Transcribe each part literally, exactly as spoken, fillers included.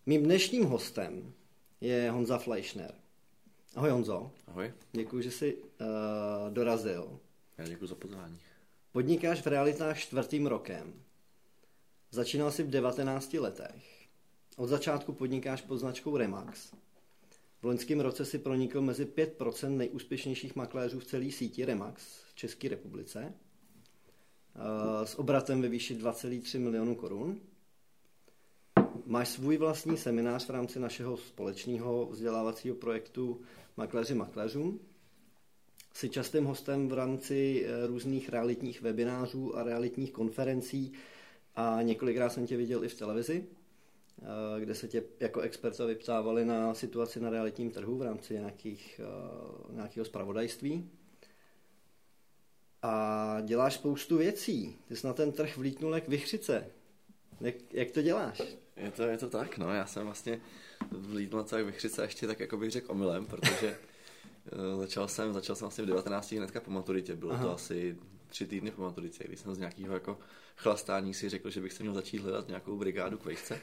Mým dnešním hostem je Honza Fleischner. Ahoj Honzo. Ahoj. Děkuji, že jsi uh, dorazil. Já děkuji za pozvání. Podnikáš v realitách čtvrtým rokem. Začínal jsi v devatenácti letech. Od začátku podnikáš pod značkou Remax. V loňském roce si pronikl mezi pět procent nejúspěšnějších makléřů v celé síti Remax v České republice uh, s obratem ve výši dva celá tři milionu korun. Máš svůj vlastní seminář v rámci našeho společného vzdělávacího projektu Makléři makléřům. Jsi častým hostem v rámci různých realitních webinářů a realitních konferencí a několikrát jsem tě viděl i v televizi, kde se tě jako experta vyptávali na situaci na realitním trhu v rámci nějakých, nějakého zpravodajství. A děláš spoustu věcí. Ty jsi na ten trh vlítnul jak vichřice. Jak, jak to děláš? Je to, je to tak, no, já jsem vlastně vlítnul na celé vichřice ještě tak, jako bych řekl, omylem, protože uh, začal jsem, začal jsem vlastně v devatenácti hnedka po maturitě, bylo Aha. to asi tři týdny po maturitě, když jsem z nějakého jako chlastání si řekl, že bych se měl začít hledat nějakou brigádu k vejšce,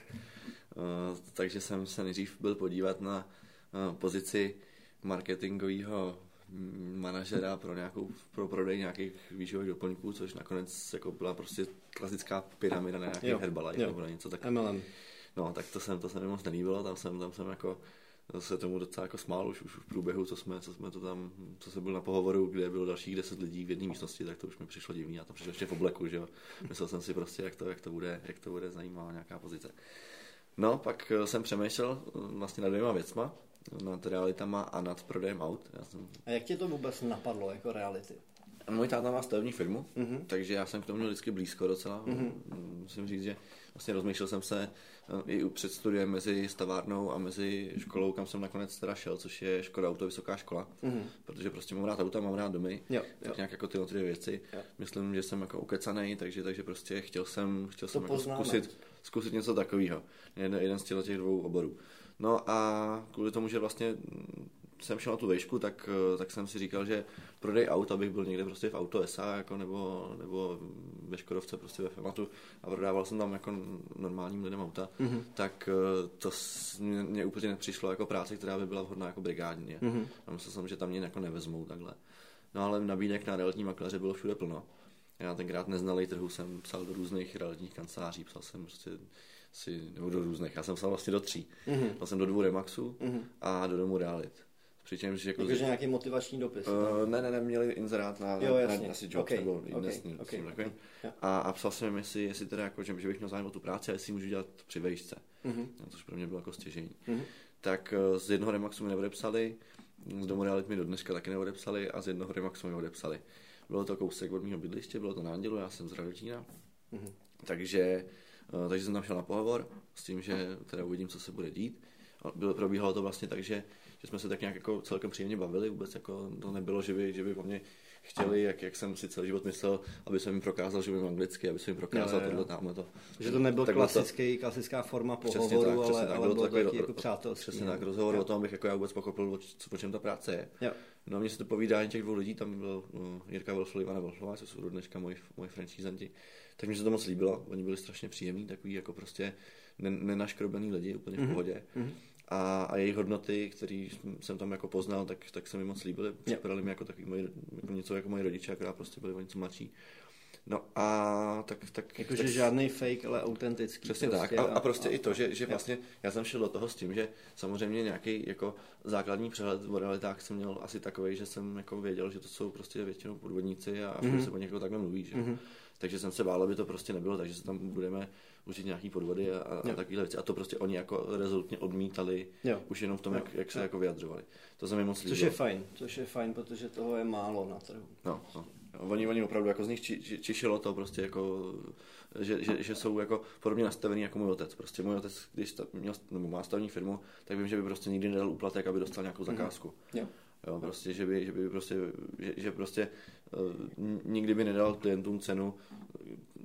uh, takže jsem se nejdřív byl podívat na uh, pozici marketingového manažera pro nějakou pro prodej nějakých výživových doplňků, což nakonec jako byla prostě klasická pyramida na nějaký Herbalife nebo něco tak. M L M. No, tak to jsem to se mi moc nelíbilo, tam jsem tam jsem jako se tomu docela jako smál už, už v průběhu, co jsme, co jsme to tam, co se byl na pohovoru, kde bylo dalších deset lidí v jedné místnosti, tak to už mi přišlo divný, já tam přišel ještě v obleku, že jo. Myslel jsem si prostě, jak to, jak to bude, jak to bude zajímavá nějaká pozice. No, pak jsem přemýšlel vlastně nad dvěma věcma, nad realitama a nad prodejem aut. Já jsem... A jak tě to vůbec napadlo jako reality? Můj táta má stavební firmu, mm-hmm. takže já jsem k tomu měl vždycky blízko docela. Mm-hmm. Musím říct, že vlastně rozmýšlel jsem se i před studiem mezi stavárnou a mezi školou, kam jsem nakonec teda šel, což je Škoda Auto, vysoká škola, mm-hmm. protože prostě mám rád auta, mám rád domy, jo, tak jo. nějak jako tyhle ty věci. Jo. Myslím, že jsem jako ukecanej, takže, takže prostě chtěl jsem, chtěl to jsem jako zkusit, zkusit něco takového. Jeden, jeden z těch dvou oborů. No a kvůli tomu, že vlastně jsem šel na tu vejšku, tak, tak jsem si říkal, že prodej aut, abych byl někde prostě v Auto S A jako nebo, nebo ve Škodovce prostě ve Fematu a prodával jsem tam jako normálním lidem auta, mm-hmm. tak to mě, mě úplně nepřišlo jako práce, která by byla vhodná jako brigádně. Mm-hmm. A myslel jsem, že tam mě jako nevezmou takhle. No ale nabídek na realitní makléře bylo všude plno. Já tenkrát neznalej trhu jsem psal do různých realitních kanceláří, psal jsem prostě si, nebo do různých, já jsem psal vlastně do tří. Mm-hmm. Psal jsem do dvou Remaxu mm-hmm. a do domu Realit. Přičemž jako... Takže nějaký motivační dopis. Uh, ne, ne, ne, měli inzerát na, jo, na, na si Jobs okay, nebo okay, okay, okay, okay, okay. A, a psal jsem jim, jestli, jestli teda jako, že, že bych měl zájem o tu práci a jestli můžu dělat při vejšce. Mm-hmm. No, což pro mě bylo jako stěžení. Mm-hmm. Tak uh, z jednoho Remaxu mi neodepsali, z domu Realit mi do dneška taky neodepsali a z jednoho Remaxu mi odepsali. Bylo to kousek od mého bydliště, bylo to na Andělu, já jsem z Radotína. Mm-hmm. Takže, uh, takže jsem tam šel na pohovor s tím, že teda uvidím, co se bude dít. Bylo, probíhalo to vlastně tak, že, že jsme se tak nějak jako celkem příjemně bavili, vůbec jako to nebylo, že by, že by po mně chtěli, jak, jak jsem si celý život myslel, aby jsem jim prokázal, že umím anglicky, aby jsem jim prokázal tohle, tamhle to. Že to nebyl klasický, to, klasická forma pohovoru, tak, ale, tak, ale bylo bylo to takový jako přátelství. Přesně tak, rozhovor jo. O tom, abych jako já vůbec pochopil, o, o čem ta práce je. Jo. No a mně se to povídání těch dvou lidí, tam byl uh, Jirka Wolfl, Ivana Wolflová, co jsou do dneška moji, moji francízanti, tak mi se to moc líbilo, oni byli strašně příjemní, takový jako prostě nenaškrobený lidi, úplně v pohodě. Mm-hmm. A, a jejich hodnoty, které jsem tam jako poznal, tak, tak se mi moc líbily. Připadali mi jako takový moji, jako něco jako moji rodiče, akorát prostě byli o něco mladší. No a tak... tak Jakože tak, žádný fake, ale autentický. Přesně prostě tak. A, a prostě a, i to, že, že vlastně já jsem šel do toho s tím, že samozřejmě nějaký jako základní přehled o realitách jsem měl asi takovej, že jsem jako věděl, že to jsou prostě většinou podvodníci a mm-hmm. se o někoho takhle mluví, že? Mm-hmm. Takže jsem se bál, aby to prostě nebylo, takže se tam budeme učit nějaký podvody a, a, a takovéhle věci. A to prostě oni jako rezolutně odmítali, jo. Už jenom v tom, jo. jak, jak se jo. jako vyjadřovali. To se mi moc líbilo. Což je fajn, což je fajn, protože toho je málo na trhu. No, no. Oni, oni opravdu jako z nich či, či, čišilo to prostě jako, že, že, že jsou jako podobně nastavený jako můj otec. Prostě můj otec, když sta, měl, nebo má stavní firmu, tak vím, že by prostě nikdy nedal úplatek, aby dostal nějakou zakázku. Mm-hmm. Jo. Jo, prostě, že by, že by prostě, že, že prostě uh, nikdy by nedal klientům cenu,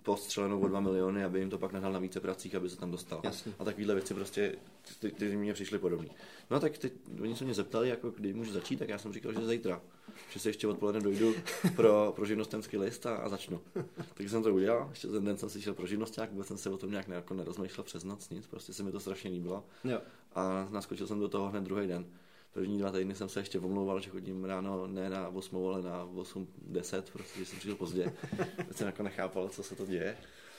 postřelenou o dva miliony, aby jim to pak nahrál na více pracích, aby se tam dostal. Jasně. A takovýhle věci prostě, ty, ty mě přišly podobný. No tak teď, oni se mě zeptali, jako kdy můžu začít, tak já jsem říkal, že zítra. Že se ještě odpoledne dojdu pro, pro živnostenský list a, a začnu. Takže jsem to udělal, ještě ten den jsem si šel pro živnosták, vůbec jsem se o tom nějak jako nerozmýšlel přes noc, nic, prostě se mi to strašně líbilo. Jo. A naskočil jsem do toho hned druhý den. První dva týdny jsem se ještě omlouval, že chodím ráno ne na osm, ale na osm deset, protože jsem přišel pozdě. Teď jsem jako nechápal, co se to děje.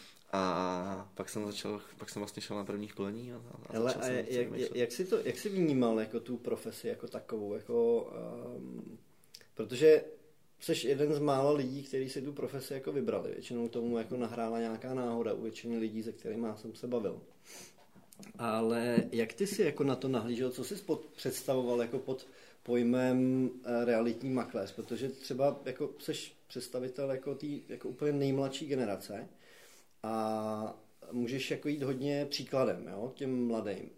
A pak jsem začal, pak jsem vlastně šel na první školení a, a Hele, a jak, jak, jak, jsi to, jak jsi vnímal jako tu profesi jako takovou, jako, um, protože jsi jeden z mála lidí, kteří si tu profesi jako vybrali. Většinou tomu jako nahrála nějaká náhoda u většiny lidí, se kterými jsem se bavil. Ale jak ty si jako na to nahlížel, co jsi pod, představoval jako pod pojmem realitní makléř, protože třeba jako seš představitel jako tý jako úplně nejmladší generace a můžeš jako jít hodně příkladem, jo, těm mladým.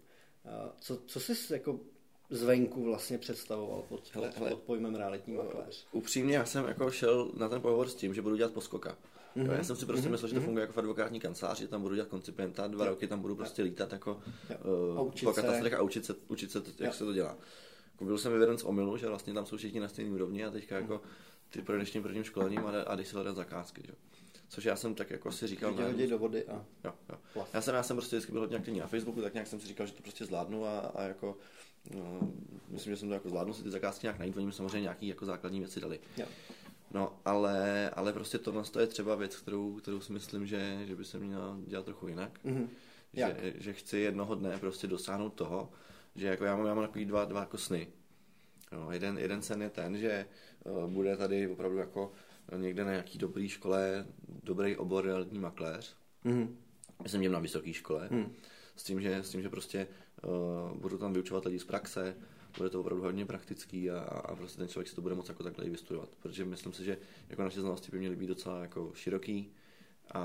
Co, co jsi jako zvenku vlastně představoval pod, hele, pod, hele, pod pojmem realitní makléř? Upřímně já jsem jako šel na ten pohovor s tím, že budu dělat poskoka. Mm-hmm. Já jsem si prostě mm-hmm. myslel, že to funguje jako v advokátní kanceláři, že tam budu dělat koncipienta, dva jo. roky tam budu prostě lítat jako uh, po katastrech a učit se, učit se jak jo. se to dělá. Jako byl jsem vyveden z omylu, že vlastně tam jsou všichni na stejné úrovni a teďka jako ty pro dnešním prvním školením a, a jdeš si hledat zakázky. Že? Což já jsem tak jako si říkal... Že hodí do vody a... Jo, jo. Já jsem, já jsem prostě vždycky byl hodně aktivní na Facebooku, tak nějak jsem si říkal, že to prostě zvládnu a, a jako... No, myslím, že jsem to jako zvládnu si ty zakázky nějak najít, oni mi samozřejmě nějaký jako základní věci dali. Jo. No, ale, ale prostě tohle je třeba věc, kterou, kterou si myslím, že, že by se měla dělat trochu jinak. Mm-hmm. Že, že chci jednoho dne prostě dosáhnout toho, že jako já mám, já mám takový dva, dva jako sny. No, jeden, jeden sen je ten, že uh, bude tady opravdu jako někde na nějaký dobrý škole, dobrý obor realitní makléř. Mm-hmm. Já jsem dělal na vysoké škole. Mm. S tím, že, s tím, že prostě uh, budu tam vyučovat lidi z praxe, bude to opravdu hodně praktický a, a prostě ten člověk si to bude moct jako takhle i vystudovat. Protože myslím si, že jako naše znalosti by měly být docela jako široký a,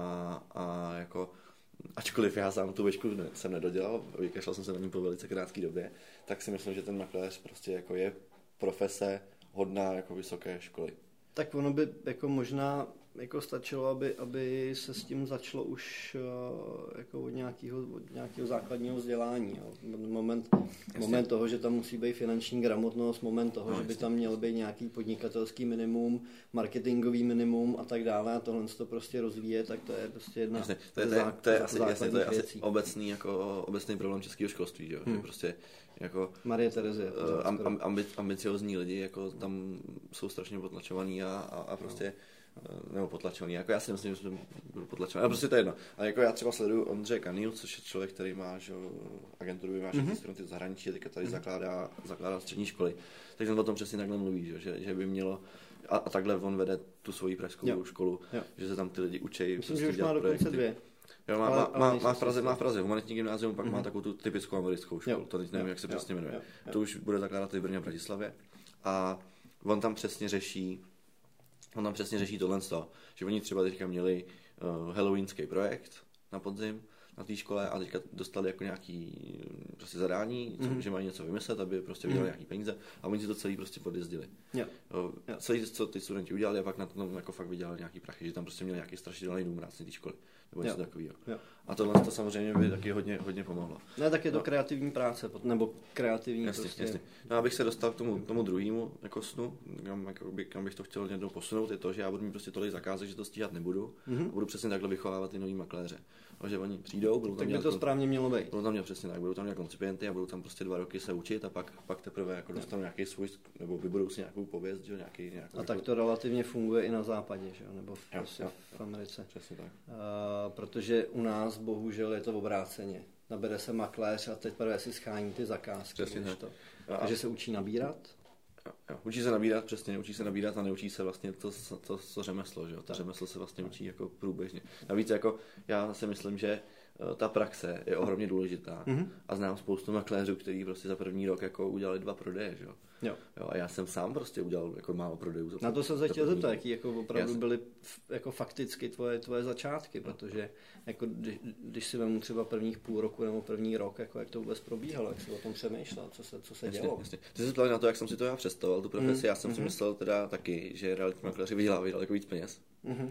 a jako ačkoliv já sám tu večku ne, jsem nedodělal, vykašlal jsem se na ní po velice krátké době, tak si myslím, že ten makléř prostě jako je profese hodná jako vysoké školy. Tak ono by jako možná jako stačilo, aby, aby se s tím začalo už uh, jako od nějakého, od nějakého základního vzdělání. Jo. Moment, moment toho, že tam musí být finanční gramotnost, moment toho, no, že by tam měl být nějaký podnikatelský minimum, marketingový minimum a tak dále a tohle to prostě rozvíje, tak to je prostě jedna jasně, to je, to je, to je asi, jasně, to je asi obecný, jako, obecný problém českého školství, že, hmm. že prostě jako Marie Terezie, am, am, ambi, ambiciozní lidi jako tam jsou strašně potlačovaní a, a, a prostě no. nebo potlačovaný, jako já si myslím, že jsem byl potlačovaný, ale prostě to je jedno. Ale jako já třeba sleduju Ondřeje Kaniu, což je člověk, který má že, agenturu, má všechny mm-hmm. studenty v zahraničí, teďka tady mm-hmm. zakládá, zakládá střední školy, tak ten o tom přesně takhle mluví, že, že by mělo, a, a takhle on vede tu svoji pražskou jo. školu, jo. že se tam ty lidi učí. Myslím, prostě že už má dokonce dvě. Jo, má, ale, má, ale má, v Praze, má v Praze humanitní gymnázium, pak mm-hmm. má takovou tu typickou americkou školu, jo. to teď nevím, jo. jak se přesně jmenuje. Jo. Jo. To už bude zakládat i v Brně a Bratislavě a on tam přesně řeší On tam přesně řeší tohle, že oni třeba teďka měli uh, halloweenský projekt na podzim na té škole a teďka dostali jako nějaký prostě zadání, mm-hmm. že mají něco vymyslet, aby prostě vydělali mm-hmm. nějaký peníze a oni si to celý prostě odjezdili. Yeah. Uh, yeah. Celý, co ty studenti udělali a pak na tom jako fakt vydělali nějaký prachy, že tam prostě měli nějaký strašidelný dům rád z té školy. Nebo něco yeah. takového. Yeah. A tohle to samozřejmě by taky hodně, hodně pomohlo. Ne, tak je to no. kreativní práce, nebo kreativní jasně, prostě. Jasně. No, abych se dostal k tomu, tomu druhému jako snu, kam, jako by, kam bych to chtěl jednou posunout, je to, že já budu mít prostě tolik zakázek, že to stíhat nebudu mm-hmm. a budu přesně takhle vychovávat ty nový makléře. Že oni přijdou, budou tam tak by dělat, to správně mělo být. Budou tam dělat přesně tak, budou tam dělat koncipienty a budou tam prostě dva roky se učit a pak, pak teprve jako dostanou nějaký svůj, nebo vybudou si nějakou pověst, že nějaký, nějakou, a tak to relativně funguje i na západě, že? Nebo v, jo, prostě jo, v Americe. Přesně tak. Uh, protože u nás bohužel je to obráceně. Nabere se makléř a teď prvé si schání ty zakázky. To. Takže se učí nabírat. Jo, jo. Učí se nabírat, přesně, učí se nabírat a neučí se vlastně to, to, to řemeslo, že jo? To řemeslo se vlastně učí jako průběžně. Navíc jako já si myslím, že ta praxe je ohromně důležitá mm-hmm. a znám spoustu makléřů, kteří prostě za první rok jako udělali dva prodeje, že jo? Jo. Jo, a já jsem sám prostě udělal jako málo prodejů. Za na to jsem se chtěl zeptat, jaký jako opravdu já byly jako fakticky tvoje, tvoje začátky, protože jako když, když si vemu třeba prvních půl roku nebo první rok, jako jak to vůbec probíhalo, jak jsi o tom přemýšlel, co se, co se jasně, dělo. Jasně. Ty jsi ptali na to, jak jsem si to já představoval, tu profesi, mm. já jsem mm-hmm. si myslel teda taky, že realitní makléři vydělávají daleko víc peněz. Mm-hmm.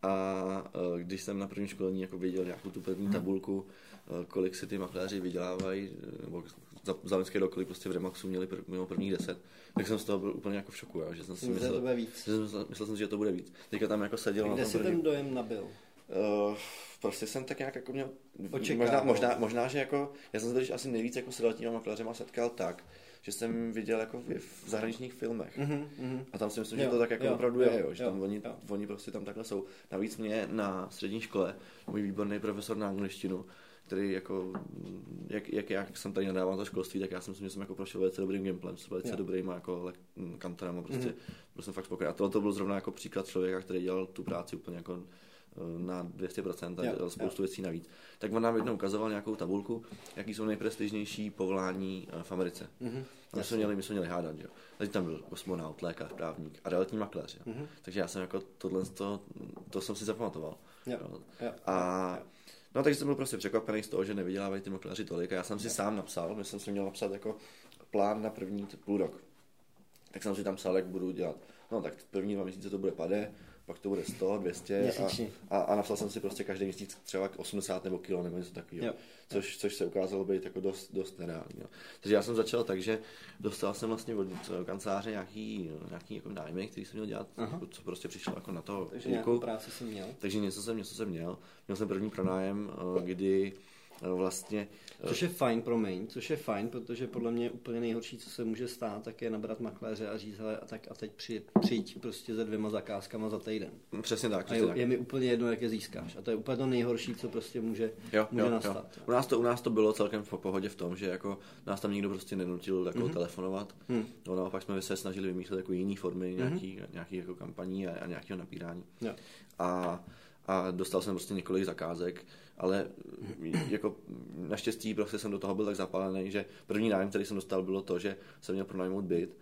A když jsem na první školení jako viděl nějakou tu první tabulku, kolik si ty makléři vydělávají, nebo za, za loňský rok, kolik prostě v Remaxu měli prv, mimo prvních deset, tak jsem z toho byl úplně jako v šoku, jo, že jsem si myslel, to víc. Že jsem, myslel jsem si, že to bude víc. Teďka tam jako seděl kde na tom jsi první... ten dojem nabil? Uh, prostě jsem tak nějak jako měl... Očekával. Možná, možná, možná, že jako... Já jsem se tady asi nejvíc jako s realitníma makléřema setkal tak, že jsem viděl jako v, v zahraničních filmech. Mm-hmm, mm-hmm. A tam si myslím, jo, že to tak jako jo, opravdu jo, je, jo, že jo, tam oni, jo. oni prostě tam takhle jsou. Navíc mě na střední škole můj výborný profesor na angličtinu, který jako, jak, jak, jak jsem tady nadával to školství, tak já si myslím, že jsem jako prošel velice dobrým gameplayem, s velice jo. dobrýma jako kantorama, prostě mm-hmm. byl jsem fakt spokojený. A tohle to byl zrovna jako příklad člověka, který dělal tu práci úplně jako na dvě stě procent a dělal spoustu jo. věcí navíc. Tak on nám jednou ukazoval nějakou tabulku, jaký jsou nejprestižnější povolání v Americe. Mm-hmm. My jsme měli, my jsme měli hádat, jo. Takže tam byl kosmonaut, lékař, právník a realitní makléř, jo. Mm-hmm. Takže já jsem jako tohle, to, to jsem si zapamatoval. Jo. Jo. A no, takže jsem byl prostě překvapený z toho, že nevydělávají ty makléři tolik a já jsem si jo. sám napsal, my jsem si měl napsat jako plán na první půl rok. Tak jsem si tam psal, jak budu dělat. No tak první dva měsíce to bude pade, pak to bude sto, dvě stě a, a, a napsal jsem si prostě každý měsíc třeba osmdesát nebo kilo nebo něco takového, což, což se ukázalo být jako dost, dost nereální. Jo. Takže já jsem začal tak, že dostal jsem vlastně od kanceláře nějaký, nějaký jako nájmy, který jsem měl dělat, Aha. co prostě přišlo jako na to. Takže nějakou práci jsem měl. Takže něco jsem, něco jsem měl. Měl jsem první pronájem, kdy vlastně... Což je fajn, promiň, což je fajn, protože podle mě úplně nejhorší, co se může stát, tak je nabrat makléře a říct, hele, a tak a teď přijít, přijít prostě se dvěma zakázkama za týden. Přesně tak. Přesně a je, tak. je mi úplně jedno, jak je získáš. A to je úplně to nejhorší, co prostě může, jo, může jo, nastat. Jo. U, nás to, u nás to bylo celkem v pohodě v tom, že jako nás tam nikdo prostě nenutil jako mm-hmm. telefonovat. Mm. No, naopak jsme se snažili vymýšlet jako jiné formy, mm-hmm. nějaký, nějaký jako kampaní a, a nějakého napírání. Jo. A a dostal jsem prostě několik zakázek, ale jako naštěstí prostě jsem do toho byl tak zapálený, že první nájem, který jsem dostal, bylo to, že jsem měl pronajmout byt,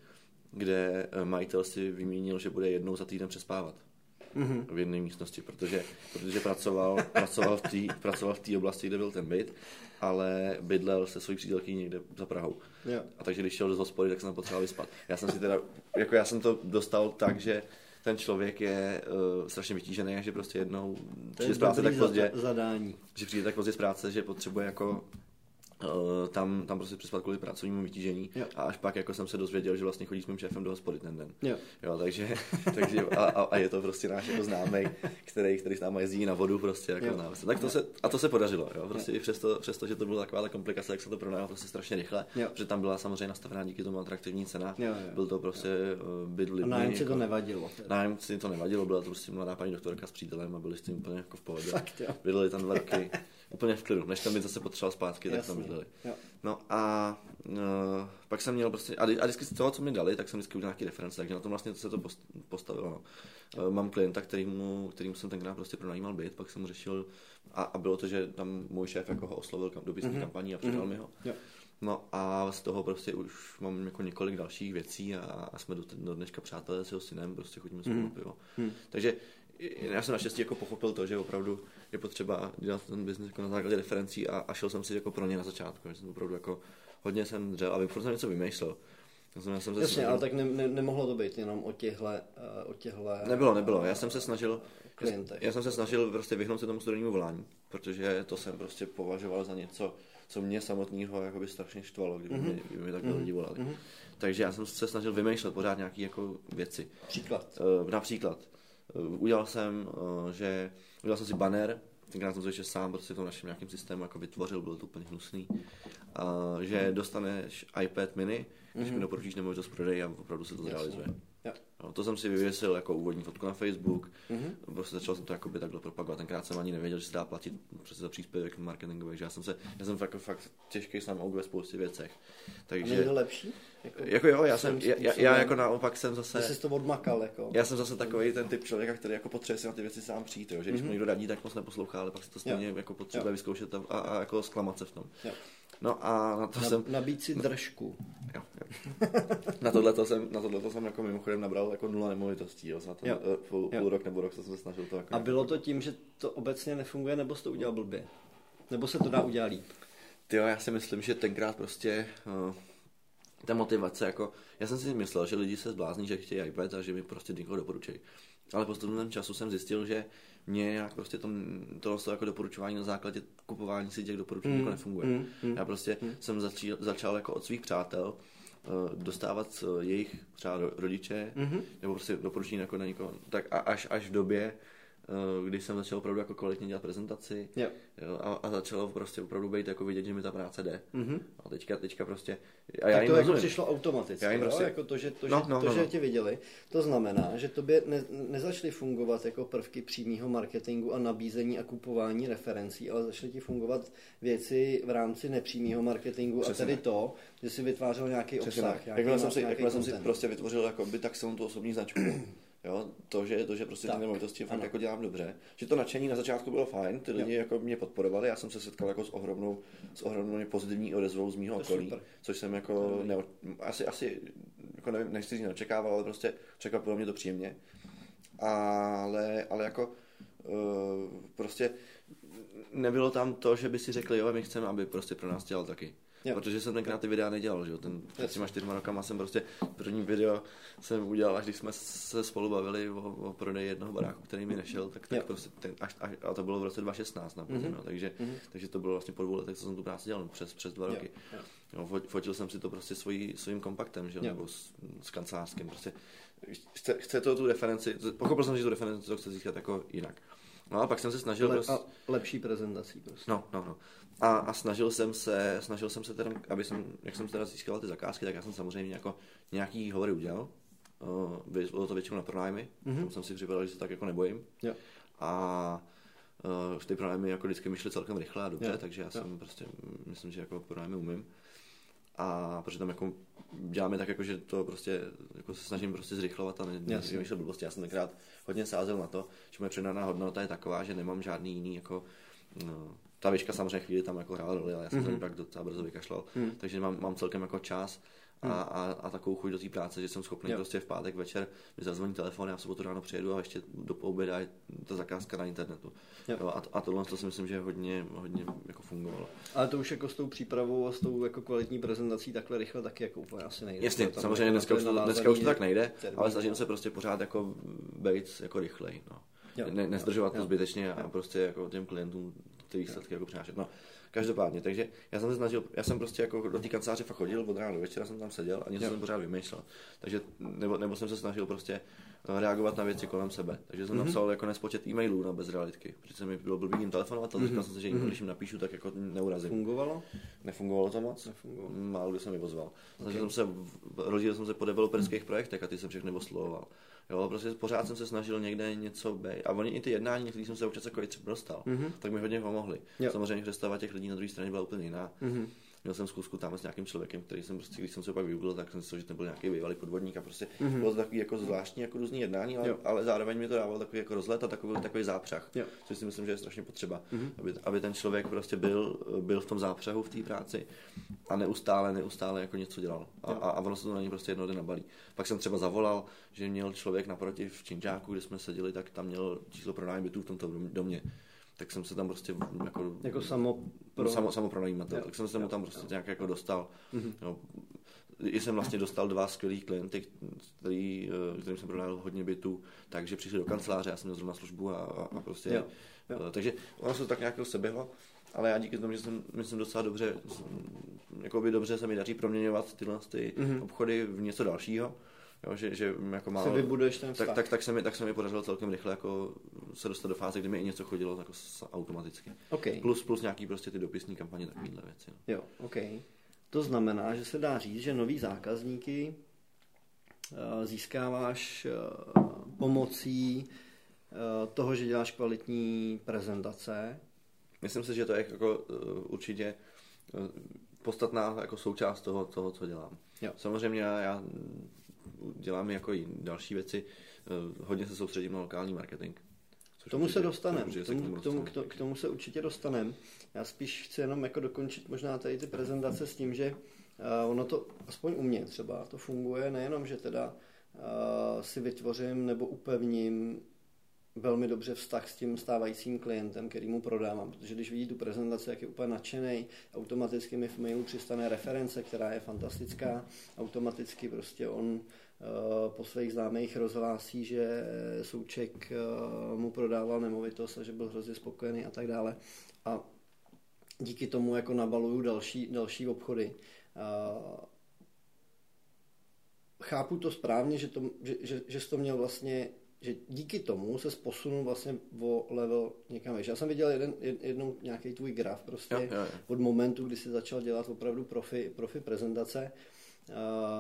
kde majitel si vymínil, že bude jednou za týden přespávat mm-hmm. v jedné místnosti, protože, protože pracoval, pracoval, v té, pracoval v té oblasti, kde byl ten byt, ale bydlel se svojí přítelkyní někde za Prahou. Jo. A takže když šel z hospody, tak jsem tam potřeboval vyspat. Já jsem si teda, jako já jsem to dostal tak, že ten člověk je uh, strašně vytížený a že prostě jednou přijde z práce tak pozdě, zadání. že přijde tak pozdě z práce, že potřebuje jako uh, tam, tam prostě přespat kvůli pracovnímu vytížení jo. a až pak jako jsem se dozvěděl, že vlastně chodí s mým šéfem do hospody ten den. Jo. Jo, takže, takže a, a, a, je to prostě náš jako známej, který, který s náma jezdí na vodu prostě jako na tak to se, a to se podařilo, jo, prostě jo. i přesto, přesto, že to byla taková ta komplikace, jak se to pronajalo prostě strašně rychle, jo. protože tam byla samozřejmě nastavená díky tomu atraktivní cena, jo, jo. byl to prostě uh, byt lidmi. A nájemci jako, to nevadilo. Nájemci to nevadilo, byla to prostě mladá paní doktorka s přítelem a byli s tím úplně jako v pohodě. Bydleli tam dva roky. Úplně v klidu, než tam by zase potřeboval zpátky, tak tam bydleli. No a uh, pak jsem měl prostě, a, a vždycky z toho, co mi dali, tak jsem vždycky udělal nějaký reference, takže na tom vlastně se to postavilo. No. Uh, mám klienta, kterýmu, kterýmu jsem tenkrát prostě pronajímal byt, pak jsem mu řešil, a, a bylo to, že tam můj šéf jako ho oslovil do business mm-hmm. kampaní a předal mm-hmm. mi ho. Jo. No a z toho prostě už mám jako několik dalších věcí a, a jsme do, do dneška přátelé s jeho synem, prostě chodíme spolu mm-hmm. na pivo. Mm-hmm. Takže já jsem naštěstí jako pochopil to, že opravdu je potřeba dělat ten biznis jako na základě referencí a, a šel jsem si jako pro ně na začátku, že jsem opravdu jako hodně jsem dřel, aby prostě něco vymýšlel. Jsem, jsem Jasně, snažil... ale tak ne, ne, nemohlo to být jenom o těchhle, o těchhle Nebylo, nebylo, já jsem se snažil klientech. Já jsem se snažil prostě vyhnout se tomu studijnímu volání, protože to jsem prostě považoval za něco, co mě samotného jakoby strašně štvalo, kdyby, mm-hmm. mě, kdyby mě takhle mm-hmm. lidi volali. Mm-hmm. Takže já jsem se snažil vymýšlet pořád nějaké jako věci. Příklad. Uh, například. Udělal jsem, že udělal jsem si banner, tenkrát jsem to ještě sám prostě v tom našem nějakým systému jako vytvořil, bylo to úplně hnusný, že dostaneš iPad mini, když mm-hmm. mi doporučíš nemovitost prodej a opravdu se to zrealizuje. No, to jsem si vyvěsil jako úvodní fotku na Facebook, mm-hmm. prostě začal jsem to jakoby takhle propagovat, tenkrát jsem ani nevěděl, že se dá platit přes za příspěvek marketingový, že já jsem se, já jsem fakt, fakt těžký sám ve spoustě věcech. Takže... A je to lepší? Jako, jako jo, já jsem, já, já, já jako naopak jsem zase... Ty jsi to odmakal, jako. Já jsem zase takový ten typ člověka, který jako potřebuje si na ty věci sám přijít, jo, že když mm-hmm. mu někdo radí, tak moc neposlouchá, ale pak si to stejně jo. jako potřebuje jo. vyzkoušet a, a, a jako zklamat se v tom. Jo. No a na to na, jsem... Nabít si držku. Jo, jo. na tohleto jsem, na tohleto jsem jako mimochodem nabral jako nula nemovitostí, jo, za to jo. Půl, půl rok nebo rok jsem se snažil to jako... A bylo to tím, že to obecně nefunguje, nebo jsi to udělal blbě? Nebo se to dá udělat líp? Tyjo, já si myslím, že tenkrát prostě... Uh, ta motivace, jako, já jsem si myslel, že lidi se zblázní, že chtějí iPad a že mi prostě někoho doporučejí. ale postupem času jsem zjistil, že mě nějak prostě to, tohle jako doporučování na základě kupování si těch doporučení mm, jako nefunguje. Mm, mm, Já prostě mm. jsem začal, začal jako od svých přátel uh, dostávat uh, jejich třeba rodiče, mm-hmm. nebo prostě doporučení jako na někoho, tak a až, až v době, když jsem začal opravdu jako kvalitně dělat prezentaci jo. Jo, a, a začalo prostě opravdu být jako vidět, že mi ta práce jde. Mm-hmm. A teďka, teďka prostě... A já tak to jako přišlo automaticky, já prostě... jako to, že, to, no, že, no, to, no, že no. tě viděli. To znamená, že tobě ne, nezačaly fungovat jako prvky přímého marketingu a nabízení a kupování referencí, ale začaly ti fungovat věci v rámci nepřímého marketingu. Přesně a tedy ne. to, že jsi vytvářel nějaký Přesně obsah. Nějaký jakmile jsem si, jakmile jsem si prostě vytvořil jako by tak silnou tu osobní značku. Jo, to, že, to, že prostě ty nemovitosti fakt jako dělám dobře. Že to nadšení na začátku bylo fajn, ty lidi jako mě podporovali, já jsem se setkal jako s ohromnou, s ohromnou pozitivní odezvou z mýho okolí, super. Což jsem jako ne, asi, asi jako nevím, nechci říct neočekával, ale prostě překvapilo mě to příjemně. Ale, ale jako uh, prostě nebylo tam to, že by si řekli, jo, my chceme, aby prostě pro nás dělal taky. Jo. Protože jsem tenkrát ty videa nedělal, že jo, ten před těma čtyřma rokama jsem prostě první video jsem udělal, až když jsme se spolu bavili o, o prodeji jednoho baráku, který mi nešel, tak, tak prostě ten, až, až, a to bylo v roce dva tisíce šestnáct na podzim, mm-hmm. jo, takže, mm-hmm. takže to bylo vlastně po dvou letech, co jsem tu práci dělal, přes, přes dva roky. Jo. Jo, fotil jsem si to prostě svojí, svým kompaktem, že jo, nebo s, s kancelářským, prostě chce, chce to tu referenci, pochopil jsem, že tu referenci to chce získat jako jinak. No a pak jsem se snažil... Le, prostě... lepší prezentací prostě. No, no, no. A, a snažil jsem se, snažil jsem se teda, aby jsem, jak jsem teda získal ty zakázky, tak já jsem samozřejmě jako nějaký hovory udělal. Uh, bylo to většinou na pronájmy, mm-hmm. jsem si připadal, že se tak jako nebojím. Jo. A uh, ty pronájmy jako vždycky mi šly celkem rychle a dobře, jo. takže já jsem jo. prostě, myslím, že jako pronájmy umím. A protože tam jako děláme tak, jako, že to prostě jako se snažím prostě zrychlovat a nevymýšlet blbosti. Já jsem tenkrát hodně sázel na to, že moje přidaná hodnota je taková, že nemám žádný jiný jako... No, ta výška samozřejmě chvíli tam jako hrála roli, ale já jsem mm-hmm. tak docela brzo vykašlal. Mm. Takže mám, mám celkem jako čas a, mm. a, a takovou chuť do té práce, že jsem schopný jo. prostě v pátek večer mi zazvoní telefon, já v sobotu ráno přijedu a ještě do pooběda je ta zakázka na internetu. Jo. Jo, a, a tohle to si myslím, že hodně, hodně jako fungovalo. Ale to už jako s tou přípravou a s tou jako kvalitní prezentací takhle rychle taky jako úplně asi nejde. Jasně, samozřejmě dneska už, to, dneska už to tak nejde, termín, ale snažím se prostě pořád jako být jako rychlej. No. Ne, nezdržovat jo. to zbytečně jo. a prostě jako těm klientům ty výsledky jako přinášet. No, každopádně, takže já jsem se snažil, já jsem prostě jako do té kanceláře fakt chodil, od rána do večera jsem tam seděl a něco jo. jsem pořád vymýšlel. Takže, nebo, nebo jsem se snažil prostě reagovat na věci kolem sebe. Takže jsem mm-hmm. napsal jako nespočet e-mailů na bezrealitky, protože se mi bylo blbý jim telefonovat, ale mm-hmm. říkal jsem si, že mm-hmm. když jim napíšu, tak jako neurazím. Fungovalo? Nefungovalo to moc, Nefungovalo. Málo kdo jsem mi ozval. Okay. Jsem se, rozdělil jsem se po developerských projektech a ty jsem všechny oslovoval. Jo, prostě pořád jsem se snažil někde něco být. A oni i ty jednání, některý jsem se občas jako třeba dostal, mm-hmm. tak mi hodně pomohli. Jo. Samozřejmě představa těch lidí na druhé straně byla úplně jiná. Mm-hmm. Měl jsem zkusku tam s nějakým člověkem, který jsem prostě, když jsem se pak vygooglil, tak jsem si že ten byl nějaký bývalý podvodník a prostě mm-hmm. bylo to takový jako zvláštní jako různý jednání, ale, ale zároveň mi to dávalo takový jako rozhled a takový, takový zápřah. Jo. Což si myslím, že je strašně potřeba, mm-hmm. aby, aby ten člověk prostě byl, byl v tom zápřahu v té práci a neustále, neustále jako něco dělal. A, a, a ono se to na něj prostě jednou den nabalí. Pak jsem třeba zavolal, že měl člověk naproti v Činžáku, kde jsme seděli, tak tam měl číslo pronájem bytů v tomto domě. Tak jsem se tam prostě jako... Jako samo pro... Samo, samo pronajímatel. Tak jsem se mu tam prostě jo. nějak jako dostal. Mm-hmm. Jo. I jsem vlastně dostal dva skvělý klienty, který, kterým jsem prodal hodně bytů, takže přišli do kanceláře, já jsem měl zrovna službu a, a prostě... Jo. Jo. Takže ono se to tak nějak seběhlo, ale já díky tomu, že jsem, myslím, docela dobře, jakoby dobře se mi daří proměňovat tyhle ty mm-hmm. obchody v něco dalšího. Jo, že, že jako málo, si vybuduješ ten tak, tak, tak, se mi, tak se mi podařilo celkem rychle jako se dostat do fáze, kdy mi i něco chodilo jako automaticky. Okay. Plus, plus nějaký prostě ty dopisní kampaně, takovýhle věci. No. Jo, ok. To znamená, že se dá říct, že nový zákazníky uh, získáváš uh, pomocí uh, toho, že děláš kvalitní prezentace. Myslím si, že to je jako uh, určitě uh, podstatná jako součást toho, toho co dělám. Jo. Samozřejmě já, já dělám jako i další věci, hodně se soustředím na lokální marketing. K tomu se dostaneme, k tomu, k, tomu, k tomu se určitě dostaneme. Já spíš chci jenom jako dokončit možná tady ty prezentace s tím, že uh, ono to, aspoň u mě třeba, to funguje nejenom, že teda uh, si vytvořím nebo upevním velmi dobře vztah s tím stávajícím klientem, který mu prodávám, protože když vidí tu prezentaci, jak je úplně nadšenej, automaticky mi v mailu přistane reference, která je fantastická, automaticky prostě on uh, po svých známých rozhlásí, že Souček uh, mu prodával nemovitost a že byl hrozně spokojený a tak dále. A díky tomu jako nabaluju další, další obchody. Uh, chápu to správně, že, to, že, že, že jsi to měl vlastně, že díky tomu se posunul vlastně o level někam vejš. Já jsem viděl jeden, jednou nějaký tvůj graf prostě jo, jo, jo. od momentu, kdy jsi začal dělat opravdu profi, profi prezentace uh,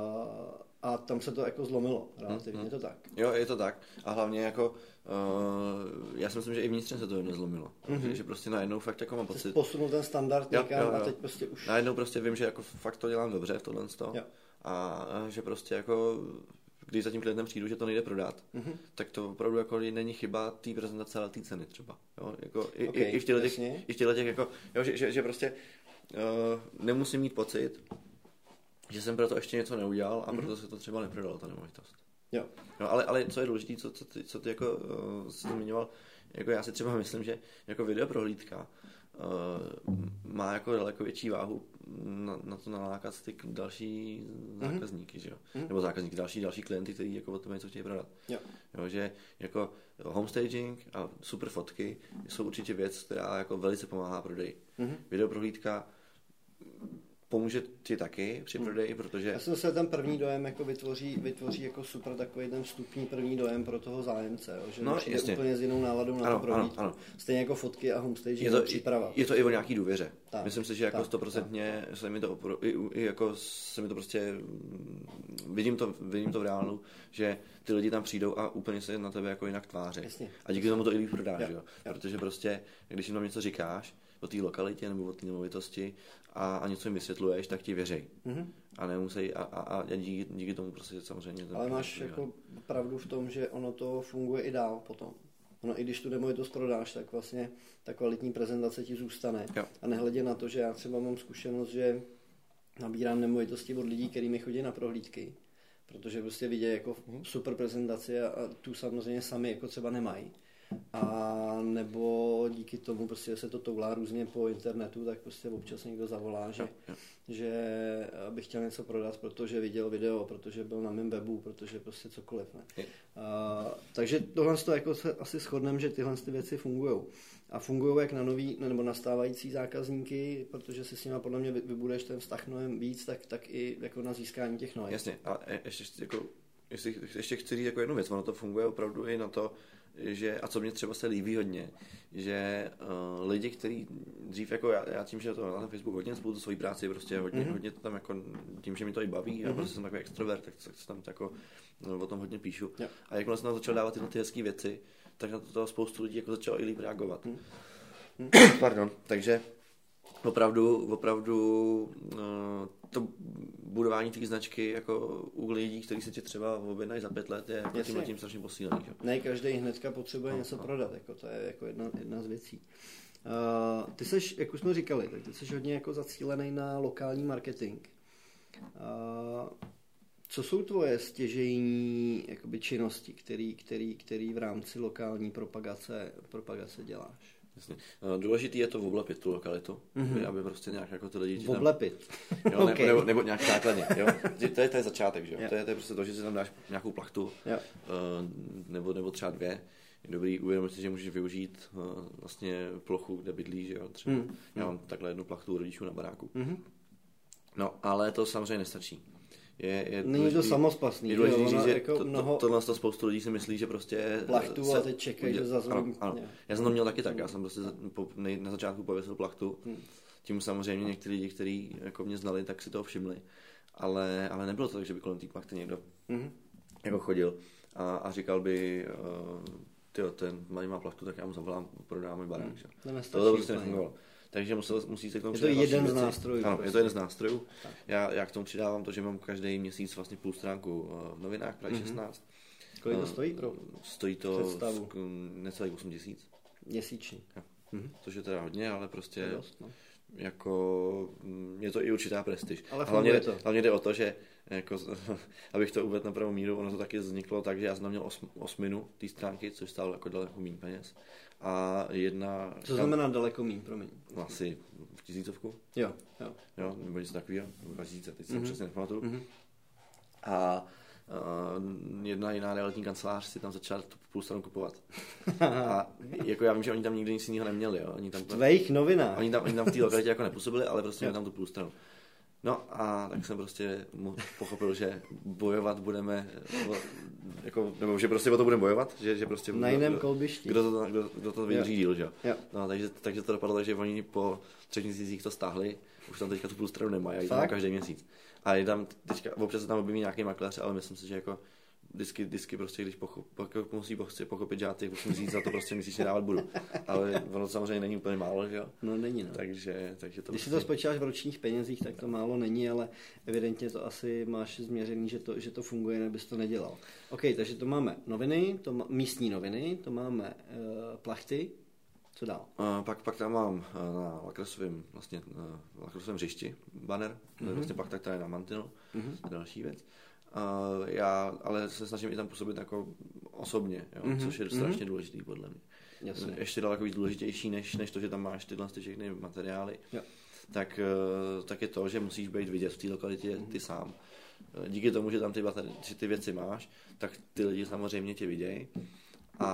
a tam se to jako zlomilo, relativně hmm, hmm. to tak. Jo, je to tak a hlavně jako uh, já si myslím, že i vnitřně se to jedno zlomilo, mm-hmm. že, že prostě najednou fakt jako mám pocit. Jsi posunul ten standard někam jo, jo, jo. a teď prostě už. Najednou prostě vím, že jako fakt to dělám dobře v tohle sto. A že prostě jako, když za tím klientem přijdu, že to nejde prodat, mm-hmm. tak to opravdu jako není chyba té prezentace, ale té ceny třeba. Jo? Jako, i, okay, i, i v těchto těch, i v těchto těch jako, jo, že, že, že prostě uh, nemusím mít pocit, že jsem pro to ještě něco neudělal a mm-hmm. proto se to třeba neprodalo, ta nemovitost. Jo. No, ale, ale co je důležité, co, co, ty, co ty jako uh, jsi zmiňoval, jako já si třeba myslím, že jako videoprohlídka uh, má jako daleko větší váhu na, na to nalákat ty další zákazníky, mm-hmm. že jo? Mm-hmm. Nebo zákazníky, další, další klienty, kteří jako o tom něco chtějí prodat. Jo. Jo, že jako homestaging a super fotky jsou určitě věc, která jako velice pomáhá prodeji. Mm-hmm. Videoprohlídka pomůže ti taky při prodeji, protože... Já jsem se ten první dojem jako vytvoří, vytvoří jako super takový ten vstupní první dojem pro toho zájemce, jo? Že no, přijde úplně s jinou náladou na ano, tu prohlídku. Ano, ano. Stejně jako fotky a homestaging je to, příprava. Je to i o nějaký důvěře. Tak, Myslím si, že jako stoprocentně se mi to, i, i jako se mi to prostě, vidím to, vidím to v reálnu, že ty lidi tam přijdou a úplně se na tebe jako jinak tváří. Jasně. A díky tomu to i líp prodáš, jo, jo? Jo. Protože prostě, když jim tam něco říkáš o té lokalitě nebo o té nemovitosti a, a něco jim vysvětluješ, tak ti věří. Mm-hmm. A nemusí, a, a, a díky, díky tomu prostě samozřejmě... Ale máš jako pravdu v tom, že ono to funguje i dál potom. Ono i když tu nemovitost prodáš, tak vlastně ta kvalitní prezentace ti zůstane. Jo. A nehledě na to, že já třeba mám zkušenost, že nabírám nemovitosti od lidí, kteří mi chodí na prohlídky, protože prostě vidí jako super prezentaci a, a tu samozřejmě sami jako třeba nemají. A nebo díky tomu prostě se to toulá různě po internetu, tak prostě občas někdo zavolá, že, že by chtěl něco prodat, protože viděl video, protože byl na mém webu, protože prostě cokoliv. Ne? A, takže tohle to jako se asi shodneme, že tyhle ty věci fungují. A fungují jak na nový nebo nastávající zákazníky, protože si s nimi podle mě vybudeš ten vztah mnohem víc, tak, tak i jako na získání těch nových. Jasně, a ještě, jako, ještě, ještě chci říct jako jednu věc, ono to funguje opravdu i na to, že, a co mě třeba se líbí hodně, že uh, lidi, kteří dřív jako já, já tím, že to na Facebooku hodně spolu svojí práci, prostě hodně, mm-hmm. hodně to tam jako, tím, že mi to i baví, mm-hmm. a prostě jsem takový extrovert, tak, tak tam jako, no, o tom hodně píšu. Jo. A jakmile jsem začal dávat tyhle ty hezké věci, tak na to spoustu lidí jako začalo i líp reagovat. Mm-hmm. Pardon, takže opravdu, opravdu uh, to budování té značky jako u lidí, kteří se tě třeba objednají za pět let, je jako tímhle tím strašně posílený. Že? Ne, každý hnedka potřebuje no, něco no. prodat, jako to je jako jedna, jedna z věcí. Uh, ty seš, jak už jsme říkali, tak ty jsi hodně jako zacílený na lokální marketing. Uh, co jsou tvoje stěžejní jakoby, činnosti, který, který, který v rámci lokální propagace, propagace děláš? Jasně. Důležitý je to oblepit tu lokalitu, mm-hmm. aby prostě nějak jako ty lidi... Oblepit. Jo, okay. nebo, nebo, nebo nějak základně. Jo? To, je, to je začátek, že jo? Yeah. To, je, to je prostě to, že si tam dáš nějakou plachtu, yeah. nebo, nebo třeba dvě. Je dobrý uvědomit si, že můžeš využít vlastně plochu, kde bydlí, že jo? Třeba mm. já mám takhle jednu plachtu u rodičů na baráku. Mm-hmm. No, ale to samozřejmě nestačí. Je, je Není to samospasný. Je důležitý říct, že jako to, mnoho... to, tohle to spoustu lidí si myslí, že prostě... Plachtu se, a teď čekají, že zazvoní. Ano, ano. Já jsem to měl taky tak, já jsem prostě po, nej, na začátku pověsil plachtu. Hmm. Tím samozřejmě někteří lidi, kteří jako mě znali, tak si toho všimli. Ale, ale nebylo to tak, že by kolem té plachty někdo hmm. jako chodil a, a říkal by, uh, tyjo, ten malý má plachtu, tak já mu zavolám, prodám můj barák. Hmm. To, to prostě nefungovalo. Takže musel, musí se k tomu přidat. Je to jeden z nástrojů. Ano, prostě. Je to jeden z nástrojů. Já, já k tomu přidávám to, že mám každý měsíc vlastně půl stránku v novinách, právě mm-hmm. šestnáct. Kolik to stojí pro Stojí to necelých osm tisíc. Měsíčně. Mm-hmm. Což je teda hodně, ale prostě dost, no. jako je to i určitá prestiž. Ale hlavně, to. hlavně jde o to, že jako, abych to uvedl na pravou míru, ono to taky vzniklo tak, že já jsem tam měl osm, osminu té stránky, což stálo jako daleko méně peněz. A jedna... Co znamená daleko méně, promiň? Asi v tisícovku. Jo, jo. Jo, nebo něco takového, dva tisíce, teď jsem mm-hmm. přesně nepamatuju. Mm-hmm. A uh, jedna jiná realitní kancelář si tam začala tu půl stranu kupovat. A jako já vím, že oni tam nikdy nic jiného neměli. Jo. Oni tam, v tvých novinách. Oni tam, oni tam v té lokalitě jako nepůsobili, ale prostě měli tam tu půl stranu. No a tak jsem prostě pochopil, že bojovat budeme, jako, nebo že prostě o to budeme bojovat, že, že prostě... Na jiném kolbišti. Kdo to, kdo, kdo to vydrží díl, že jo. No, takže, takže to dopadlo, že oni po třech měsících to stáhli, už tam teďka tu půl stranu nemají, a jde tam každý měsíc. A je tam teďka, občas se tam objeví nějaký makléř, ale myslím si, že jako vždycky, vždycky prostě, když pochop, musí pochopit, že já těch osm měsíc za to prostě měsíčně dávat budu. Ale ono samozřejmě není úplně málo, že jo? No není, no. Takže, takže to když prostě... si to spočítáš v ročních penězích, tak to málo není, ale evidentně to asi máš změřený, že to, že to funguje, nebys to nedělal. OK, takže to máme noviny, to má, místní noviny, to máme uh, plachty. Co dál? Uh, pak, pak tam mám uh, na Lakrosovém vlastně, uh, Lakrosovém hřišti banner, mm-hmm. to je vlastně pak tak tady na Mantinu, mm-hmm. další věc. Uh, já ale se snažím i tam působit jako osobně, jo, mm-hmm. což je strašně mm-hmm. důležitý podle mě. Jasně. Ještě daleko víc důležitější, než, než to, že tam máš tyhle ty všechny materiály, jo. Tak, uh, tak je to, že musíš být vidět v té lokalitě mm-hmm. ty sám. Uh, díky tomu, že tam ty, ty, ty věci máš, tak ty lidi samozřejmě tě vidějí. A,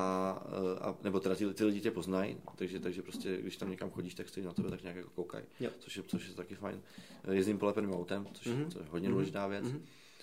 a nebo teda ty, ty lidi tě poznají, takže, takže prostě, když tam někam chodíš, tak stejně na tebe tak nějak jako koukají, což je, což je taky fajn. Jezdím polepeným autem, což, mm-hmm. což je hodně důležitá věc. Mm-hmm.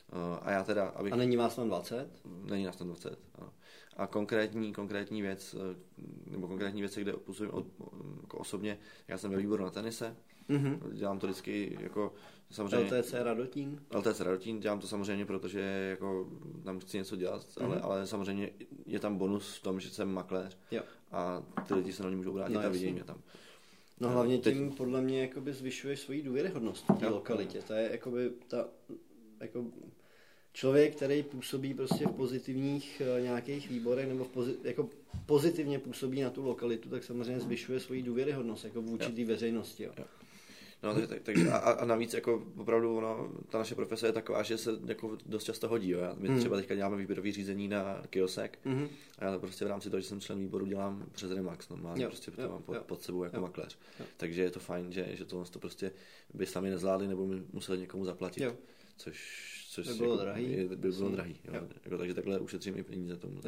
A já teda, abych... A není vás tam dvacet? Není nás tam dvacet, ano. A konkrétní, konkrétní věc, nebo konkrétní věci, kde působím od, jako osobně, já jsem ve výboru na tenise, mm-hmm. dělám to vždycky jako samozřejmě... L T C Radotín? L T C Radotín, dělám to samozřejmě, protože jako tam chci něco dělat, mm-hmm. ale, ale samozřejmě je tam bonus v tom, že jsem makléř jo. a ty lidi se na mě můžou obrátit no, a vidějí mě tam. No hlavně tím Teď... podle mě jakoby zvyšuje svoji důvěryhodnost v té lokalitě. To je jakoby ta... Jako člověk, který působí prostě v pozitivních uh, nějakých výborech nebo v pozi- jako pozitivně působí na tu lokalitu, tak samozřejmě zvyšuje svoji důvěryhodnost jako vůči té veřejnosti. Jo. Jo. No, tak, tak, tak, a, a navíc jako opravdu ono, ta naše profese je taková, že se jako dost často hodí. Jo. My hmm. třeba teďka děláme výběrový řízení na Kiosek hmm. a já to prostě v rámci toho, že jsem člen výboru, dělám přes Remax. No, mám prostě to mám pod, pod sebou jako jo. makléř. Jo. Takže je to fajn, že, že tohle to prostě by sami nezvládli nebo by museli někomu zaplatit. Jo. Což což by bylo jako, drahý. Je, by bylo drahý. Jo. Jo. Jako, takže takhle ušetřím i peníze tomu.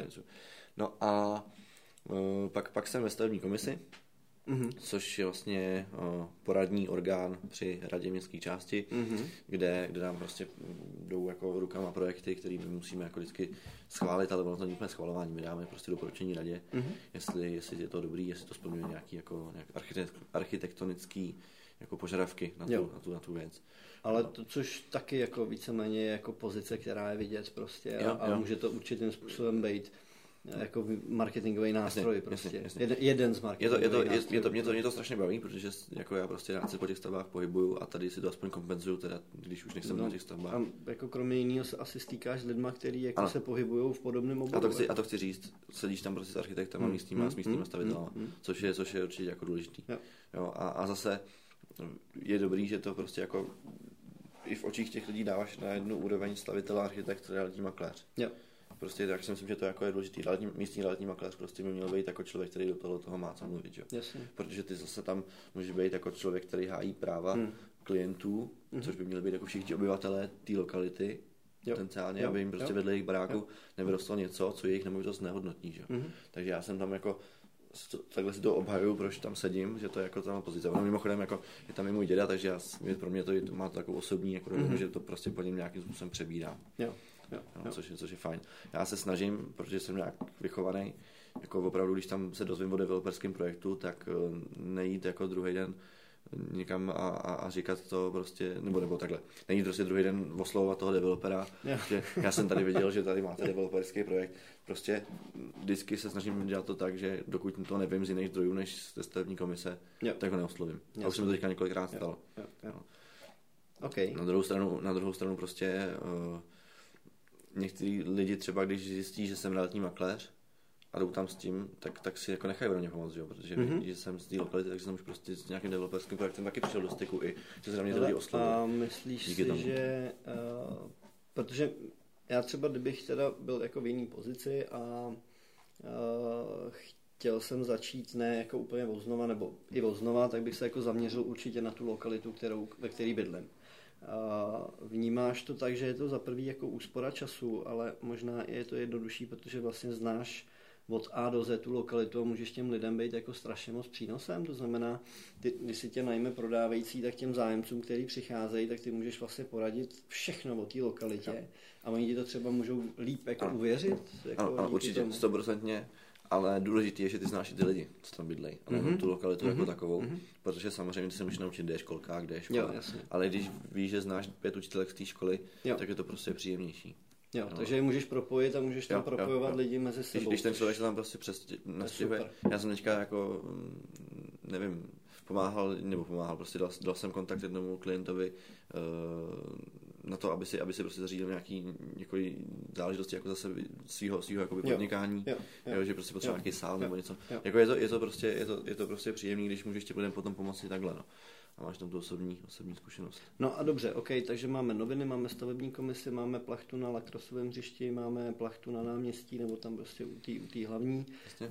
No a uh, pak, pak jsem ve stavební komisi, mm-hmm. což je vlastně uh, poradní orgán při radě městské části, mm-hmm. kde, kde nám prostě jdou jako rukama projekty, které my musíme jako vždycky schválit, ale ono to není úplně schvalování, my dáme prostě doporučení radě, mm-hmm. jestli, jestli je to dobrý, jestli to splňuje nějaký jako nějak architekt, architektonický jako požadavky na tu, na tu, na tu věc. Ale to, což taky jako víceméně je jako pozice, která je vidět prostě jo, a, a může to určitým způsobem být jako marketingový nástroj jasně, prostě. Jasně, jasně. Jeden, jeden z marketingových je to, je to, nástrojů. Je to, mě, to, mě to strašně baví, protože jako já prostě rád se po těch stavbách pohybuju a tady si to aspoň kompenzuju, teda, když už nejsem no, na těch stavbách. A jako kromě jiného se asi stýkáš s lidma, kteří jako se pohybují v podobném oboru. A to chci, a to chci říct, sedíš tam prostě s architektem hmm, a místníma, hmm, s místníma hmm, stavitelama, hmm, což, je, což je určitě jako důležitý. Jo. Jo, a, a zase je dobrý, že to prostě jako i v očích těch lidí dáváš na jednu úroveň stavitel, architekt, realitní makléř. Jo. Prostě tak si myslím, že to jako je důležitý. Realitní, místní realitní makléř prostě by měl být jako člověk, který do toho, toho má co mluvit. Jo? Jasně. Protože ty zase tam můžeš být jako člověk, který hájí práva hmm. klientů, hmm. což by měli být jako všichni obyvatelé té lokality, jo. potenciálně, jo. aby jim prostě jo. vedle jejich baráku jo. nevyrostlo něco, co jejich nemovitost nehodnotí. Že? Hmm. Takže já jsem tam jako takhle si to obhajuju, proč tam sedím, že to je jako ta pozice. No, mimochodem jako je tam i můj děda, takže já, pro mě to, to má to takovou osobní, jako mm-hmm. že to prostě po něm nějakým způsobem přebírám. Jo. Jo, jo. Což, je, což je fajn. Já se snažím, protože jsem nějak vychovaný, jako opravdu, když tam se dozvím o developerském projektu, tak nejít jako druhý den někam a, a, a říkat to prostě, nebo nebo takhle, nejít prostě druhý den oslovovat toho developera, jo. že já jsem tady viděl, že tady máte developerský projekt. Prostě vždycky se snažím dělat to tak, že dokud to nevím z jiných zdrojů než z stavební komise, jo. tak ho neoslovím. Jasně. A už se mi to teďka několikrát stalo. Jo. Jo. Jo. Okay. Na druhou stranu, na druhou stranu prostě uh, někteří lidi třeba, když zjistí, že jsem realitní makléř a a jdou tam s tím, tak, tak si jako nechají ode mě pomoct, jo? Protože mm-hmm. že jsem z té lokality, takže jsem už prostě s nějakým developerským projektem taky přišel do styku i, že se na mě lidi oslovili. A myslíš si, tomu. že, uh, protože já třeba, kdybych teda byl jako v jiný pozici a uh, chtěl jsem začít ne jako úplně oznova, nebo i oznova, tak bych se jako zaměřil určitě na tu lokalitu, kterou, ve který bydlím. Uh, vnímáš to tak, že je to za prvý jako úspora času, ale možná je to jednodušší, protože vlastně znáš od A do Z tu lokalitu a můžeš těm lidem být jako strašně moc přínosem. To znamená, ty, když si tě najme prodávající, tak těm zájemcům, který přicházejí, tak ty můžeš vlastně poradit všechno o té lokalitě. No. A oni ti to třeba můžou líp jako ano. uvěřit. Jako ano, ano určitě, stoprocentně. Ale důležité je, že ty znáš ty lidi, co tam bydlejí, a mm-hmm. tu lokalitu mm-hmm. jako takovou, mm-hmm. protože samozřejmě ty se můžeš naučit, kde je školka, kde je škola. Jo, ale když víš, že znáš pět učitelek z té školy, jo. tak je to prostě příjemnější. Jo, no. Takže je můžeš propojit a můžeš tam jo, propojovat jo, jo. lidi mezi sebou. Když, když ten člověk se tam prostě přes nastěhuje. Já jsem teďka jako, nevím, pomáhal, nebo pomáhal, prostě dal, dal jsem kontakt jednomu klientovi uh, na to, aby si, aby si prostě zařídil nějaký několik záležitosti jako zase svýho, svýho jakoby podnikání, jo, jo, jo, že prostě potřeba nějaký sál jo, nebo něco. Jo. Jako je to, je to prostě, je to, je to prostě příjemný, když můžeš těm lidem potom pomoci takhle, no. A máš tam tu osobní, osobní zkušenost. No a dobře, ok, takže máme noviny, máme stavební komisi, máme plachtu na Laktrosovém hřišti, máme plachtu na náměstí, nebo tam prostě u té u té hlavní. Uh,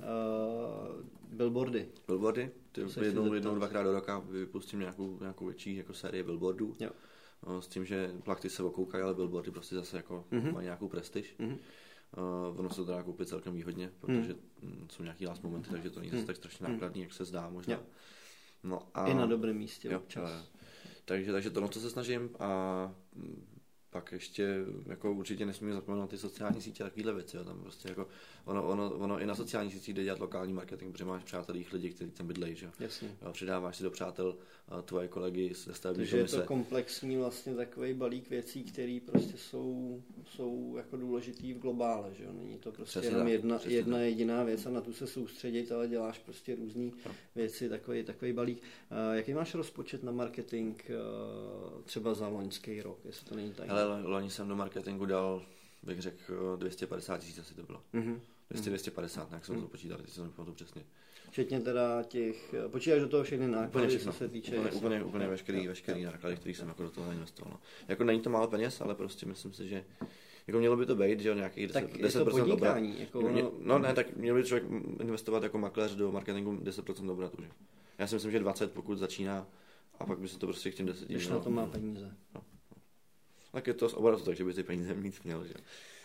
billboardy. Billboardy, ty jednou, jednou, dvakrát do roka vypustím nějakou, nějakou větší jako série billboardů. Jo. No, s tím, že plachty se okoukají, ale billboardy prostě zase jako mm-hmm. mají nějakou prestiž. Mm-hmm. Uh, ono se to dá koupit celkem výhodně, protože mm. jsou nějaký last momenty, takže to není zase mm. tak strašně nákladný, jak se zdá možná. Jo. No a... I na dobrém místě jo, občas. Ale, takže, takže to, no, co se snažím a pak ještě jako určitě nesmím zapomenout ty sociální sítě a takovýhle věci. Jo. Tam prostě jako ono, ono, ono i na sociální sítích jde dělat lokální marketing, protože máš přátelých lidí, kteří tam bydlejí. Že? Jasně. Jo, přidáváš si do přátel a tvoje kolegy ze stavební komise. Takže je to komplexní vlastně takový balík věcí, které prostě jsou, jsou jako důležitý v globále. Že? Není to prostě přesně jenom tak, jedna, jedna jediná věc a na tu se soustředit, ale děláš prostě různé no. věci, takový, takový balík. Uh, jaký máš rozpočet na marketing uh, třeba za loňský rok, jestli to není tajné? Ale loni jsem do marketingu dal, bych řekl, dvě stě padesát tisíc asi to bylo. Mm-hmm. dvě stě, dvě stě padesát, nějak jsem mm-hmm. to počítal, teď jsem to přesně. Včetně teda těch, počítáš do toho všechny náklady, co se týče... Úplně, úplně, úplně veškerý, veškerý náklady, který jsem jako do toho investoval. No. Jako není to málo peněz, ale prostě myslím si, že jako mělo by to být, že nějakých deset procent obratu. Jako ono... No ne, tak měl by člověk investovat jako makléř do marketingu deset procent obratu. Že? Já si myslím, že dvacet, pokud začíná, a pak by se to prostě k těm deseti... Když na to má peníze. No. Tak je to z obratu, takže by ty peníze mít měl, že?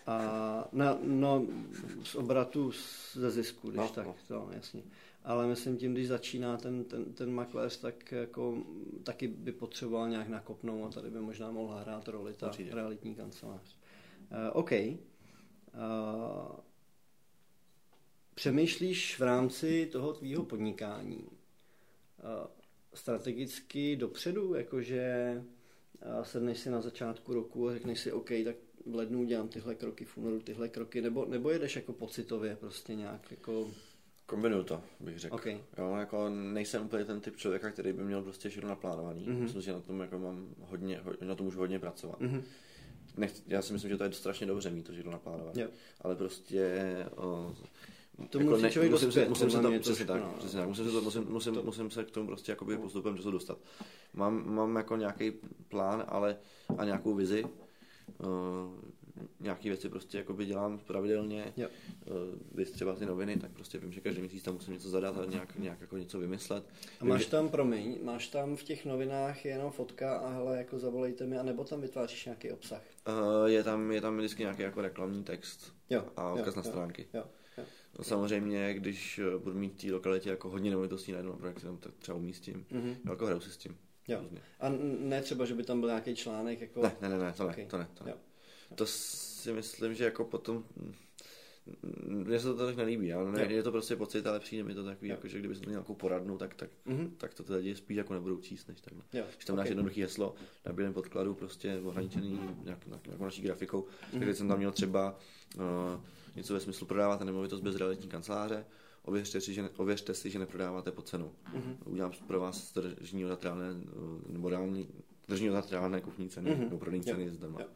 A na, no, z obratu ze zisku, když no, tak, no. to jasně. Ale myslím tím, když začíná ten, ten, ten makléř, tak jako taky by potřeboval nějak nakopnout a tady by možná mohla hrát roli ta Určitě. realitní kancelář. Uh, OK. Uh, přemýšlíš v rámci toho tvýho podnikání uh, strategicky dopředu, jakože uh, sedneš si na začátku roku a řekneš si OK, tak v lednu dělám tyhle kroky, v únoru tyhle kroky, nebo, nebo jedeš jako pocitově prostě nějak jako... Kombinuju to, bych řekl. Okay. Jo, jako nejsem úplně ten typ člověka, který by měl prostě všechno naplánovaný. Mm-hmm. Myslím, že na tom jako mám hodně, hodně, na tom můžu hodně pracovat. Mm-hmm. Nechci, já si myslím, že to je strašně dobře mít to všechno naplánovat. Jo. Ale prostě... O, to jako musí ne, člověk musím, dospět, musím, se to, přesně tak, no, přesně tak, musím, se to, musím, musím, to... musím se k tomu prostě jakoby postupem času dostat. Mám, mám jako nějaký plán, ale a nějakou vizi. Uh, nějaké věci prostě jakoby dělám pravidelně, uh, víc třeba ty noviny, tak prostě vím, že každý měsíc tam musím něco zadat a nějak, nějak jako něco vymyslet. A máš tam, promiň, máš tam v těch novinách jenom fotka a hele, jako zavolejte mi, anebo tam vytváříš nějaký obsah? Uh, je tam, je tam vždycky nějaký jako reklamní text jo, a odkaz jo, na stránky. Jo, jo. No, samozřejmě, když budu mít v té lokalitě jako hodně nemovitostí na jednom projektu, tam tak třeba umístím, mm-hmm. jako hraju si s tím. Jo. A ne třeba, že by tam byl nějaký článek jako... Ne, ne, ne, ne to ne, okay. to ne, to ne. Jo. To si myslím, že jako potom... Mně se to tak nelíbí, ale ne, je to prostě pocit, ale přijde mi to takový, jako, že kdyby jsem měl nějakou poradnu, tak, tak, mm-hmm. tak to ty lidi spíš jako nebudou číst, než takhle. Jo. Když tam okay. dáš jednoduchý heslo na bílém podkladu, prostě ohraničený nějak, nějakou naší grafikou, mm-hmm. tak když jsem tam měl třeba uh, něco ve smyslu prodáváte nemovitost bez realitní kanceláře, Ověřte si, že, ověřte si, že neprodáváte pod cenu. Mm-hmm. Udělám pro vás tržní odatrálné, nebo reální, tržní odatrálné kupní ceny, mm-hmm. nebo prodejní ceny zdarma.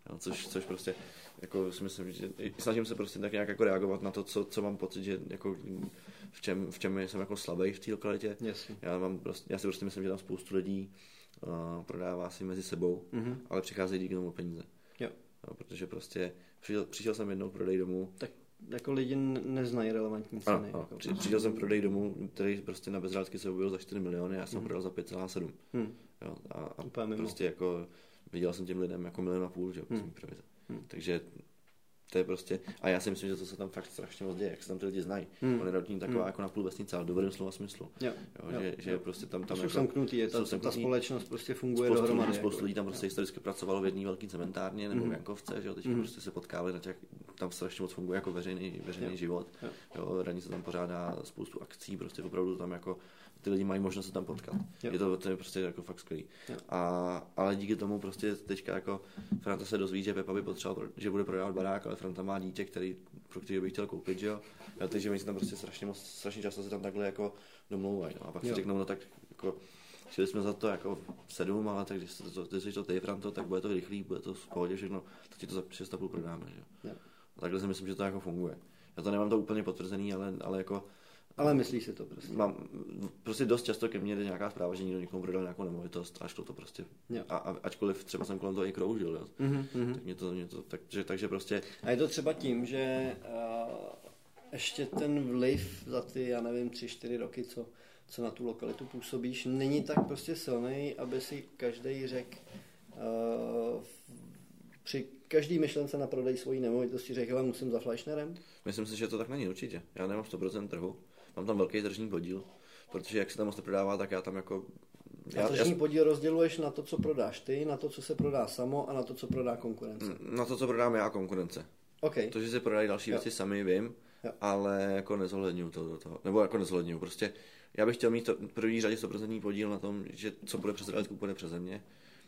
Jo, což, což prostě jako si myslím, že snažím se prostě tak nějak jako reagovat na to, co, co mám pocit, že jako v čem, v čem jsem jako slabý v té lokalitě. Jasně. Já, mám prostě, já si prostě myslím, že tam spoustu lidí uh, prodává si mezi sebou, mm-hmm. ale přicházejí díky tomu peníze. Jo. No, protože prostě přišel, přišel jsem jednou prodej domů. Tak jako lidi neznají relevantní ceny. Ano, ano. Jako. Při, přišel jsem prodej domů, který prostě na bezřádky se objevil za čtyři miliony, já jsem mm-hmm. prodal za pět celá sedm. Mm. Jo, a, a prostě jako viděl jsem těm lidem jako milion a půl, že mm. mm. Takže to je prostě, a já si myslím, že to se tam fakt strašně moc děje, jak se tam ty lidi znají. Mm. On je rodní taková mm. jako na půl vesnice, ale v dobrém slova smyslu. Jo, jo, jo, že, že jo. Prostě tam, tam jsou jako, semknutý, je ta, ta společnost prostě funguje spoustu, dohromady. Spoustu jako. lidí tam prostě historicky pracovalo v jedné velké cementárně nebo mm. v Jankovce, že jo, teď mm. prostě se potkávali na těch, tam strašně moc funguje jako veřejný, veřejný jo. život. Jo. Jo, radní se tam pořádá spoustu akcí, prostě opravdu tam jako ty lidi mají možnost se tam potkat. Jo. Je to, to je prostě jako fakt skvělý. A, ale díky tomu prostě teďka jako Franta se dozví, že Pepa by potřeboval, že bude prodávat barák, ale Franta má dítě, který, pro který by chtěl koupit, že jo. A takže my se tam prostě strašně moc, strašně často se tam takhle jako domlouvají. No. A pak jo. si řeknou, no tak jako šli jsme za to jako sedm, ale tak když jsi to, když jsi to ty, Franto, tak bude to rychlý, bude to v pohodě všechno, tak ti to za šest a půl prodáme, že jo. A takhle si myslím, že to jako funguje. Já to nemám to úplně potvrzený, ale, ale jako ale myslíš si to prostě? Mám, prostě dost často ke mně jde nějaká zpráva, že někdo někomu prodal nějakou nemovitost a šlo to prostě. A, a ačkoliv třeba jsem kolem toho i kroužil, jo. Mm-hmm. Tak mě to, mě to takže, takže prostě. A je to třeba tím, že uh, ještě ten vliv za ty, já nevím, tři, čtyři roky, co, co na tu lokalitu působíš, není tak prostě silný, aby si každý řekl uh, při každý myšlence na prodej svojí nemovitosti řekl, ale musím za Fleischnerem? Myslím si, že to tak není určitě. Já nemám sto procent trhu. Mám tam velký tržní podíl, protože jak se tam moc prodává, tak já tam jako. Já, a tržní já... podíl rozděluješ na to, co prodáš ty, na to, co se prodá samo a na to, co prodá konkurence. Na to, co prodám já a konkurence. Okay. To, že se prodají další jo. věci sami, vím, jo. ale jako nezohledňuju to do toho. Nebo jako nezohledňuju. Prostě já bych chtěl mít to, v první řadě sto procent podíl na tom, že co bude přes realitku, půjde přeze mě.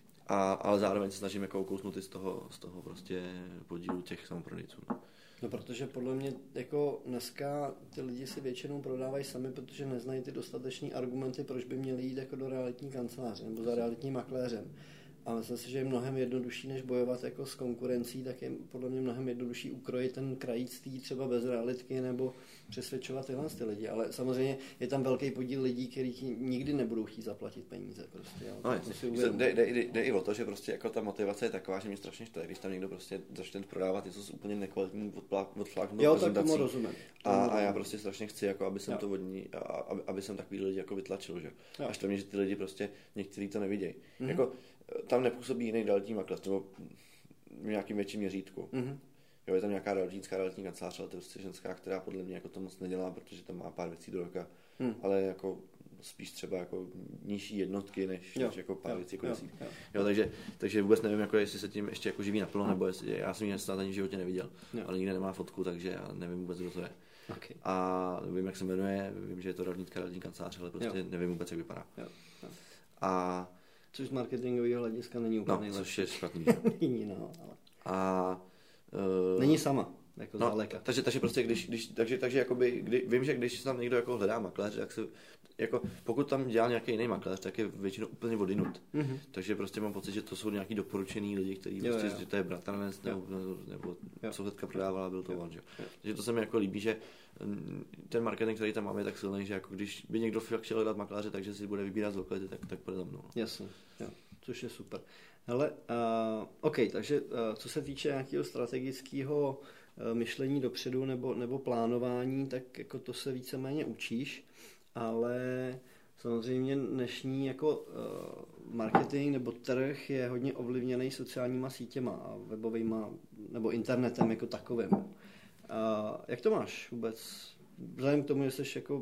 A, ale zároveň se snažím jako ukousnout i z toho, z toho prostě podílu těch samoprodejců. No protože podle mě jako dneska ty lidi si většinou prodávají sami, protože neznají ty dostateční argumenty, proč by měli jít jako do realitní kanceláře nebo za realitním makléřem. A myslím si, že je mnohem jednodušší, než bojovat jako s konkurencí, tak je podle mě mnohem jednodušší ukrojit ten krajíc tý třeba bez realitky nebo přesvědčovat tyhle ty lidi. Ale samozřejmě je tam velký podíl lidí, kteří nikdy nebudou chtít zaplatit peníze. Prostě, jo. No, jde, jde, jde, jde i o to, že prostě jako ta motivace je taková, že mě strašně štve, když tam někdo prostě začne prodávat něco z úplně nekvalitní odfláknutou prezentací. Rozumím. A, a já prostě strašně chci, jako, aby jsem jo. to od ní, a, aby, aby jsem takový lidi jako vytlačil. Že? Až to mě, že ty lidi prostě někteří to nevidějí. Mm-hmm. Jako, tam nepůsobí jiný realitní makléř, nebo v nějakým větším měřítku. Mm-hmm. Jo, je tam nějaká realitnická realitní kancelář, ale to je prostě ženská, která podle mě jako to moc nedělá, protože tam má pár věcí do roka, mm. ale jako spíš třeba jako nižší jednotky, než, než jako pár jo, věcí jako jo, jo. Jo, takže, takže vůbec nevím, jako jestli se tím ještě jako živí naplno, nebo jestli, já jsem ji snad ani v životě neviděl, jo. ale nikde nemá fotku, takže já nevím vůbec, kdo to je. Okay. A vím, jak se jmenuje, vím, že je to realitnická realitní kancelář, ale prostě jo. nevím vůbec, jak vypadá. Jo. Jo. A což z marketingového hlediska není úplně no, nejlepší. Což je špatný. Není, no, ale. A uh, není sama, jako no, zdaleka. Takže, takže prostě, když, když, takže, takže jakoby, kdy, vím, že když tam někdo jako hledá makléř, tak se, jako, pokud tam dělá nějaký jiný makléř, tak je většinou úplně odinut. Mm-hmm. Takže prostě mám pocit, že to jsou nějaký doporučený lidi, kteří prostě, jo. že to je bratranec, nebo, nebo, nebo sousedka prodávala, byl to on. Že? Takže to se mi jako líbí, že ten marketing, který tam máme, je tak silný, že jako když by někdo chtěl hledat makléře, takže si bude vybírat z lokality, tak, tak půjde za mnou. Jasně, jo. Což je super. Hele, uh, OK, takže uh, co se týče nějakého strategického uh, myšlení dopředu nebo, nebo plánování, tak jako to se víceméně učíš, ale samozřejmě dnešní jako uh, marketing nebo trh je hodně ovlivněný sociálníma sítěma a webovýma nebo internetem jako takovým. Uh, jak to máš vůbec? Vzhledem k tomu, že jsi jako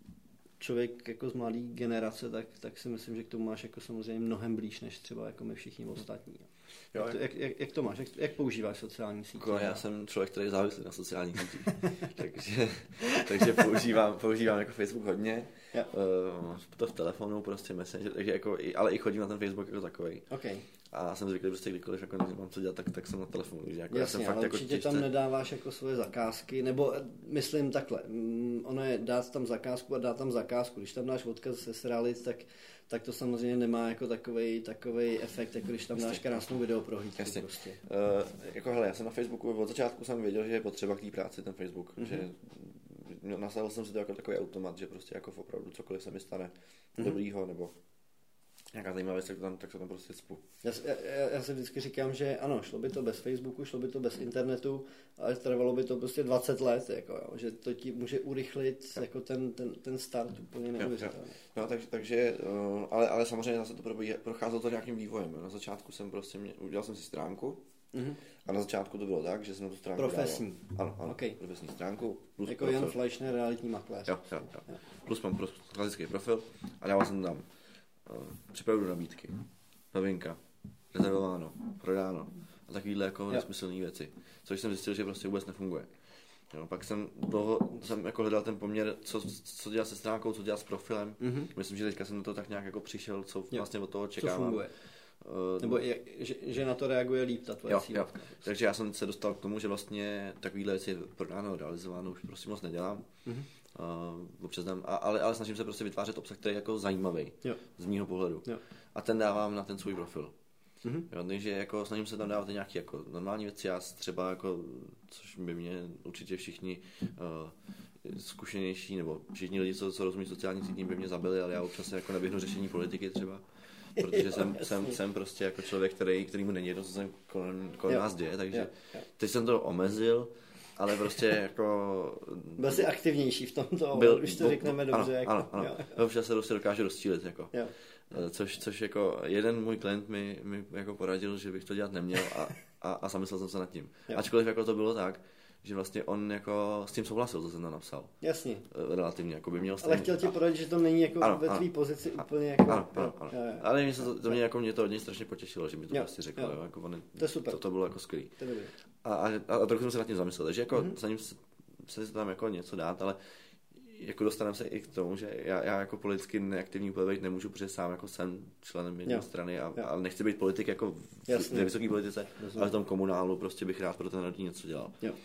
člověk jako z mladé generace, tak, tak si myslím, že k tomu máš jako samozřejmě mnohem blíž, než třeba jako my všichni ostatní. Jo, jak, to, jak, jak, jak to máš? Jak, jak používáš sociální sítě? Jako já jsem člověk, který je závislý na sociálních sítích, takže, takže používám, používám jako Facebook hodně, uh, to v telefonu, prostě Messenger, takže jako, ale i chodím na ten Facebook jako takovej. Okay. A jsem zvyklý, prostě kdykoliv jako mám co dělat, tak, tak jsem na telefonu. Jako jasně, já jsem fakt ale jako určitě těžce... tam nedáváš jako svoje zakázky, nebo myslím takhle, ono je dát tam zakázku a dát tam zakázku. Když tam dáš odkaz se realit, tak tak to samozřejmě nemá jako takovej, takovej efekt, jako když tam dáš krásnou videoprohlídku. Prostě. Uh, jako hele, já jsem na Facebooku, od začátku jsem věděl, že je potřeba k té práci ten Facebook, mm-hmm. že nastavil jsem si to jako takový automat, že prostě jako opravdu cokoliv se mi stane mm-hmm. dobrýho, nebo nějaká zajímavá věc, tak to tam, tak to tam prostě cpu. Já, já, já si vždycky říkám, že ano, šlo by to bez Facebooku, šlo by to bez internetu, ale trvalo by to prostě dvacet let, jako, jo, že to ti může urychlit jako ten, ten, ten start úplně neuvěřitelný. No, takže, takže ale, ale samozřejmě zase to procházelo to nějakým vývojem. Na začátku jsem prostě, mě, udělal jsem si stránku, mm-hmm. a na začátku to bylo tak, že jsem na tu stránku profesní. Dával, ano, ano, okay. Profesní stránku. Plus jako profil. Jan Fleischner, realitní makléř. Jo, jo, jo. jo. Plus mám pro, klasický profil a dával jsem tam uh, připravuju nabídky, novinka, rezervováno, prodáno a takovýhle jako nesmyslné věci, což jsem zjistil, že prostě vůbec nefunguje. Jo, pak jsem dlouho jsem jako hledal ten poměr, co, co dělat se stránkou, co dělat s profilem. Mm-hmm. Myslím, že teďka jsem na to tak nějak jako přišel, co vlastně od toho čekám. Co funguje. Uh, Nebo je, že, že na to reaguje líp ta tvoje cílovka. Takže já jsem se dostal k tomu, že vlastně takovýhle věci je prodáno, realizováno, už prostě moc nedělám. Mm-hmm. Uh, občas dám, a, ale, ale snažím se prostě vytvářet obsah, který je jako zajímavý jo. z mýho pohledu. Jo. A ten dávám na ten svůj profil. Mm-hmm. Jo, takže jako snažím se tam dávat nějaké jako normální věci, já třeba jako, což by mě určitě všichni uh, zkušenější, nebo všichni lidi, co, co rozumí sociální sítím, by mě zabili, ale já občas jako neběhnu řešení politiky třeba, protože jsem, jsem, jsem prostě jako člověk, který, který mu není jedno, co se kolem, kolem nás děje, takže jo, jo. teď jsem to omezil, ale prostě jako... Byl jsi aktivnější v tomto, byl, už to řekneme dobře. Ano, jako, ano, ano. Občas se prostě dokážu rozčílit, jako. Jo. Což, což jako jeden můj klient mi, mi jako poradil, že bych to dělat neměl a, a, a zamyslel jsem se nad tím. Jo. Ačkoliv jako to bylo tak, že vlastně on jako s tím souhlasil, co jsem tam napsal. Jasně. Relativně, jako by měl Ale chtěl ti poradit, že to není jako ano, ve tvý ano, pozici ano, úplně jako... Ano, ano, ano. Jo, jo. Ale mě, se to, to, mě, jako, mě to od něj strašně potěšilo, že mi to jo, prostě řekl. Jo. Jo, jako on, to je super. To, to bylo jako skvělý. To je a, a, a trochu jsem se nad tím zamyslel, takže jako mm-hmm. za ním se, se tam jako něco dát, ale jako dostaneme se i k tomu, že já, já jako politicky neaktivní být nemůžu, protože sám jako jsem členem jedné strany a, a nechci být politik jako v té vysoké politice, Jasně. ale v tom komunálu prostě bych rád pro ten lidi něco dělal. Jo.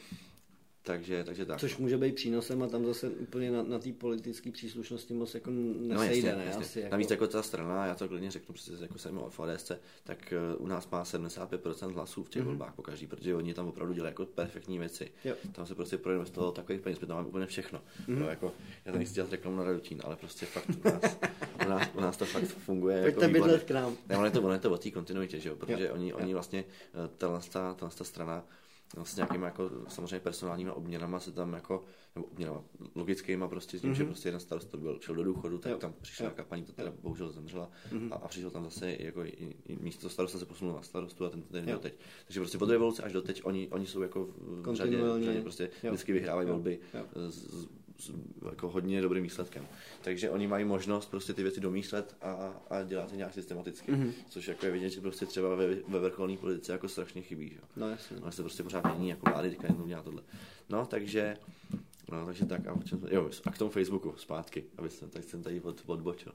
Takže, takže tak. Což může být přínosem a tam zase úplně na, na té politické příslušnosti moc jako nesejde, no, jasně, ne? Jasně. Asi, jako... Navíc jako ta strana, já to klidně řeknu, protože jako jsem o F D S C, tak uh, u nás má sedmdesát pět procent hlasů v těch mm-hmm. volbách pokaždý, protože oni tam opravdu dělají jako perfektní věci. Jo. Tam se prostě proinvestovalo takových peněz, my tam máme úplně všechno. Mm-hmm. No, jako, já tam nechci dělat reklamu na Radutín, ale prostě fakt u nás, u nás, u nás to fakt funguje. Pojďte jako bydlet k nám. Ne, ono je to, ono je to o té kontinuitě, že jo? Protože jo. oni, oni vlastně, tato, tato, tato strana no, s nějakými jako samozřejmě personálníma obměnama se tam jako, nebo obměnama logickýma prostě s tím, mm-hmm. že prostě jeden starosta byl šel do důchodu, tak jo. tam přišla nějaká paní, to teda bohužel zemřela mm-hmm. a, a přišel tam zase jako i, i místo starosta se posunul na starostu a ten ten do teď. Takže prostě od revoluce až do teď oni, oni jsou jako v řadě, řadě prostě jo. vždycky vyhrávají jo. volby jo. S, s, s jako hodně dobrým výsledkem. Takže oni mají možnost prostě ty věci domýšlet a, a dělat je nějak systematicky. Mm-hmm. Což jako je vidět, že prostě třeba ve, ve vrcholné politice jako strašně chybí. Že? No jasně. Ale se prostě pořád mění, jako vlády teďka jednou dělá tohle. No, takže, no, takže tak, a, jo, a k tomu Facebooku zpátky, aby jsem, tak jsem tady od, odbočil.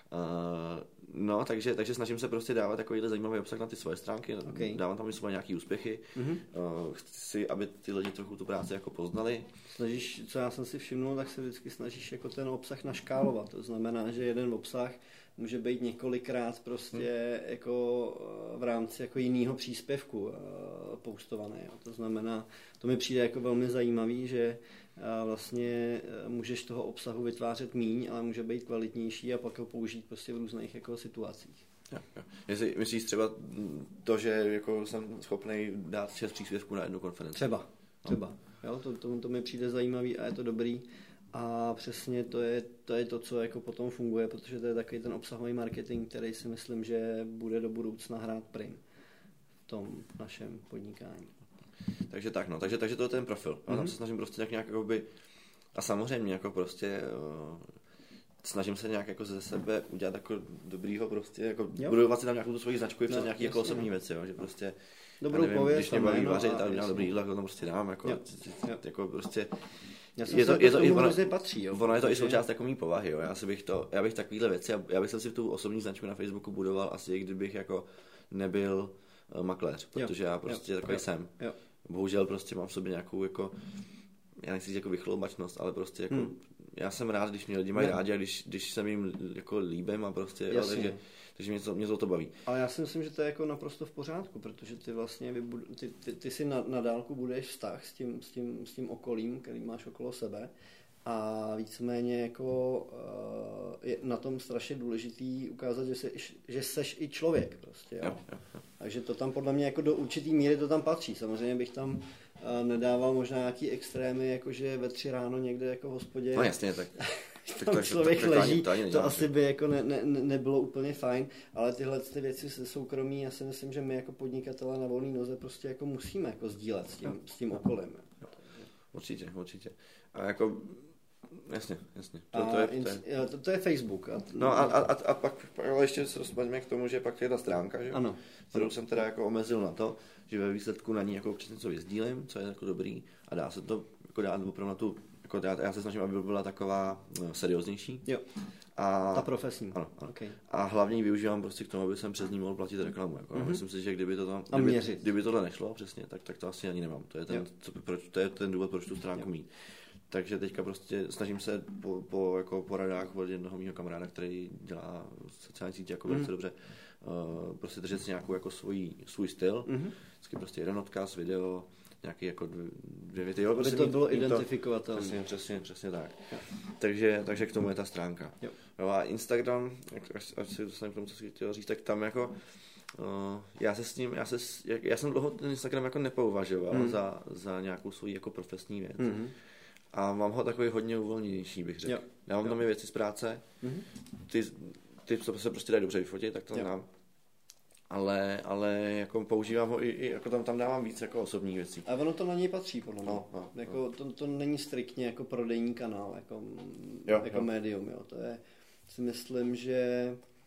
Uh, no, takže, takže snažím se prostě dávat takovýhle zajímavý obsah na ty svoje stránky, okay. dávám tam i svoje nějaký úspěchy, mm-hmm. uh, chci, aby ty lidi trochu tu práci jako poznali. Snažíš, co já jsem si všimnul, tak se vždycky snažíš jako ten obsah naškálovat, to znamená, že jeden obsah může být několikrát prostě hmm. jako v rámci jako jiného příspěvku uh, postovaný. Jo. To znamená, to mi přijde jako velmi zajímavý, že uh, vlastně uh, můžeš toho obsahu vytvářet míň, ale může být kvalitnější a pak ho použít prostě v různých jako situacích. Jo, jo. Jestli myslíš třeba to, že jako jsem schopný dát šest příspěvků na jednu konferenci? Třeba, třeba. No. Jo, to, to, to mi přijde zajímavý a je to dobrý. A přesně to je, to je to, co jako potom funguje, protože to je takový ten obsahový marketing, který si myslím, že bude do budoucna hrát prim v tom našem podnikání. Takže tak, no, takže, takže to je ten profil. Mm-hmm. A tam se snažím prostě nějak, nějak jakoby, a samozřejmě jako prostě uh, snažím se nějak jako ze sebe udělat jako dobrýho prostě, jako budovat si tam nějakou tu svoji značku i přes no, nějaký jako osobní věci, jo, že prostě dobrou nevím, pověst, když mě baví vařit a udělám dobrý jídlo, to tam prostě dám, jako, jo, jo. jako prostě Já je to, je to, ono, patří, jo, ono je to i součást jako mý povahy, jo. Já si bych to, já bych takovýhle věci, já bych si tu osobní značku na Facebooku budoval asi, kdybych jako nebyl uh, makléř, protože jo, já prostě jo, takový jo, jsem. Jo. Bohužel prostě mám v sobě nějakou jako, já nechci říct jako vychloubačnost, ale prostě jako hmm. já jsem rád, když mě lidi mají rádi a když, když jsem jim jako líbím a prostě, jo, takže, takže mě, to, mě to, to baví. Ale já si myslím, že to je jako naprosto v pořádku, protože ty vlastně vybud, ty, ty, ty si na, na dálku buduješ vztah s tím, s, tím, s tím okolím, který máš okolo sebe a víceméně jako uh, je na tom strašně důležitý ukázat, že, jsi, že seš i člověk prostě, jo? Jo, jo, jo. Takže to tam podle mě jako do určitý míry to tam patří. Samozřejmě bych tam uh, nedával možná nějaký extrémy, jakože ve tři ráno někde jako v hospodě. No jasně, tak... Tam tak, člověk tak, tak, leží, to, ani, to, to asi by jako ne, ne, nebylo úplně fajn, ale tyhle ty věci se soukromí, já si myslím, že my jako podnikatelé na volné noze prostě jako musíme jako sdílet s tím, no. s tím okolím. No. Určitě, určitě. A jako, jasně, jasně. To, a to, je, to, je, to, to je Facebook. A, no a, a, a, a pak, ale ještě se dostaneme k tomu, že pak je ta stránka, že? Ano. Kterou jsem teda jako omezil na to, že ve výsledku na ní jako občas něco vyzdílím, co je jako dobrý a dá se to jako dát opravdu na tu, jako já, já se snažím, aby byla taková no, serióznější. Jo. A, ta profesní. Ano, ano. Okay. A hlavně ji využívám prostě k tomu, aby jsem přes ní mohl platit reklamu. Jako. Mm-hmm. Myslím si, že kdyby, to tam, kdyby, kdyby tohle nešlo přesně, tak, tak to asi ani nemám. To je ten, co, proč, to je ten důvod, proč tu stránku jo. mít. Takže teďka prostě snažím se po, po jako poradách od jednoho mýho kamaráda, který dělá sociální sítě jako velice mm. dobře, uh, prostě držet si nějakou jako svůj, svůj styl. Mm-hmm. Vždycky prostě jeden odkaz, video, nějaký jako dvě, dvě věty. Jo, prostě by to bylo identifikovatelné. Přesně, přesně, přesně tak. Takže, takže k tomu je ta stránka. Jo. Jo, a Instagram, až, až si dostaneme k tomu, co jsi chtěl říct, tak tam jako uh, já se s ním, já, se, já jsem dlouho ten Instagram jako nepouvažoval mm. za, za nějakou svou jako profesní věc. Mm. A mám ho takový hodně uvolněnější, bych řekl. Jo. Já mám jo. tam i věci z práce, mm-hmm. ty, ty se prostě dají dobře vyfotit, tak to dám. Ale, ale jako používám ho i, i jako tam, tam dávám víc jako osobních věcí. A ono to na něj patří, podle mě. No, no, jako, no. To, to není striktně jako prodejní kanál, jako, jo, jako jo. médium. Jo. To je, si myslím, že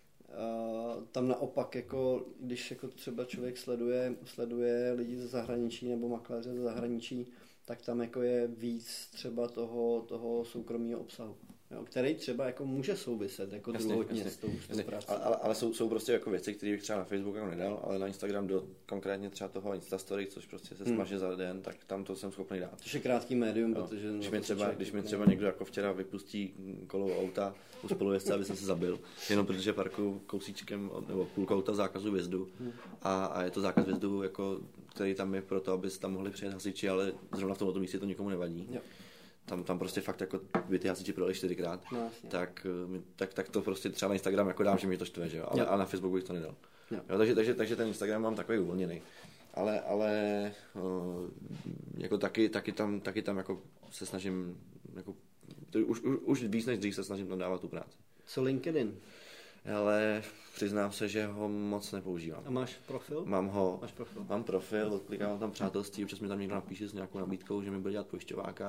uh, tam naopak, jako, když jako třeba člověk sleduje, sleduje lidi ze zahraničí nebo makléře ze zahraničí, tak tam jako je víc třeba toho, toho soukromého obsahu. Jo, který třeba jako může souviset jako druhotně s tou, s tou prací. Ale, ale jsou, jsou prostě jako věci, které bych třeba na Facebook jako nedal, ale na Instagram do konkrétně třeba toho Instastory, což prostě se smaže hmm. za den, tak tam to jsem schopný dát. To je krátký médium, no, protože... Když mi třeba, když mi třeba někdo jako včera vypustí kolo auta u spolujezdce, aby jsem se zabil, jenom protože parkuju kousíčkem nebo půlkou auta zákazu vjezdu hmm. a, a je to zákaz vjezdu, jako, který tam je proto, aby tam mohli přijet hasiči, ale zrovna v tomto místě to nikomu nevadí. Jo. Tam, tam prostě fakt jako by ty hasiči projeli čtyřikrát, no, tak, tak, tak to prostě třeba na Instagram jako dám, že mi to štve, že jo? Ale, a na Facebooku bych to nedal. Jo. Jo, takže, takže, takže ten Instagram mám takový uvolněný. Ale, ale uh, jako taky, taky, tam, taky tam jako se snažím, jako, to už, už, už víc než dřív se snažím tam dávat tu práci. Co LinkedIn? Ale přiznám se, že ho moc nepoužívám. A máš profil? Mám ho, máš profil, mám profil, odklikám tam přátelství, občas mi tam někdo napíše s nějakou nabídkou, že mi bude dělat pojišťováka,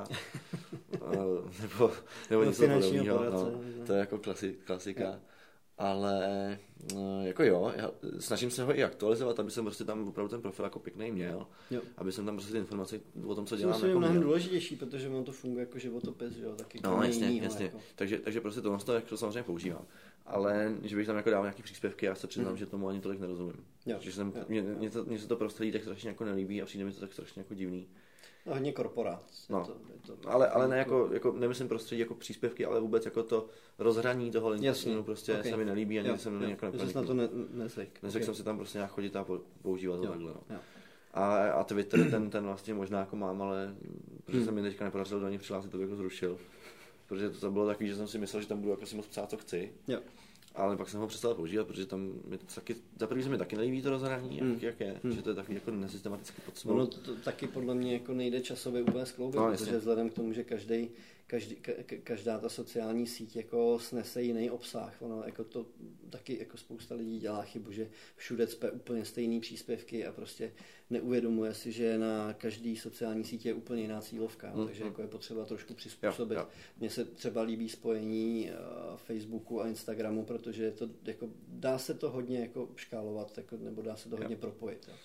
nebo, nebo něco podobného. No, to je jako klasi, klasika. Jo. Ale jako jo, já snažím se ho i aktualizovat, aby jsem prostě tam opravdu ten profil jako pěkný měl, jo. Aby jsem tam prostě ty informace o tom, co dělám. To je jako mnohem důležitější, protože on to funguje jako životopis, jo, taky no, jasně, jasně. Jako. Takže, takže prostě tohle to jako samozřejmě používám. Ale že bych tam jako dal nějaký příspěvky, já se přiznám, mm. že tomu ani tolik nerozumím. Jo. Že jsem, jo. Mě, mě, to, mě se to prostředí tak strašně jako nelíbí a přijde mi to tak strašně jako divný. No, hodně korporát. No, to, to, ale, ale ne jako, jako, nemyslím prostředí jako příspěvky, ale vůbec jako to rozhraní toho LinkedInu prostě okay. se mi nelíbí, ani jsem na něj jako nepanikl. na to ne, nezvyk. Nezvyk okay. jsem si tam prostě nějak chodit a používat to takhle. No. A, a Twitter, ten, ten vlastně možná jako mám, ale protože se mi teďka nepodařilo do něj přihlásit, to bych ho zrušil. Protože to, to bylo takový, že jsem si myslel, že tam budu jako si moc psát, co chci. Jo. Ale pak jsem ho přestal používat, protože tam mi taky, za první se mi taky nelíbí to rozhraní, hmm. jak, jak je, hmm. že to je takový jako nesystematicky pod sebou. Ono to, to taky podle mě jako nejde časově úplně skloubit, no, protože vzhledem k tomu, že každý, každý, ka, každá ta sociální síť jako snese jiný obsah. Ono jako to taky jako spousta lidí dělá chybu, že všude cpe úplně stejný příspěvky a prostě neuvědomuje si, že na každý sociální sítě je úplně jiná cílovka, hmm. takže jako je potřeba trošku přizpůsobit. Mně se třeba líbí spojení uh, Facebooku a Instagramu, protože to, jako, dá se to hodně jako škálovat, jako, nebo dá se to hodně jo. propojit. Jo.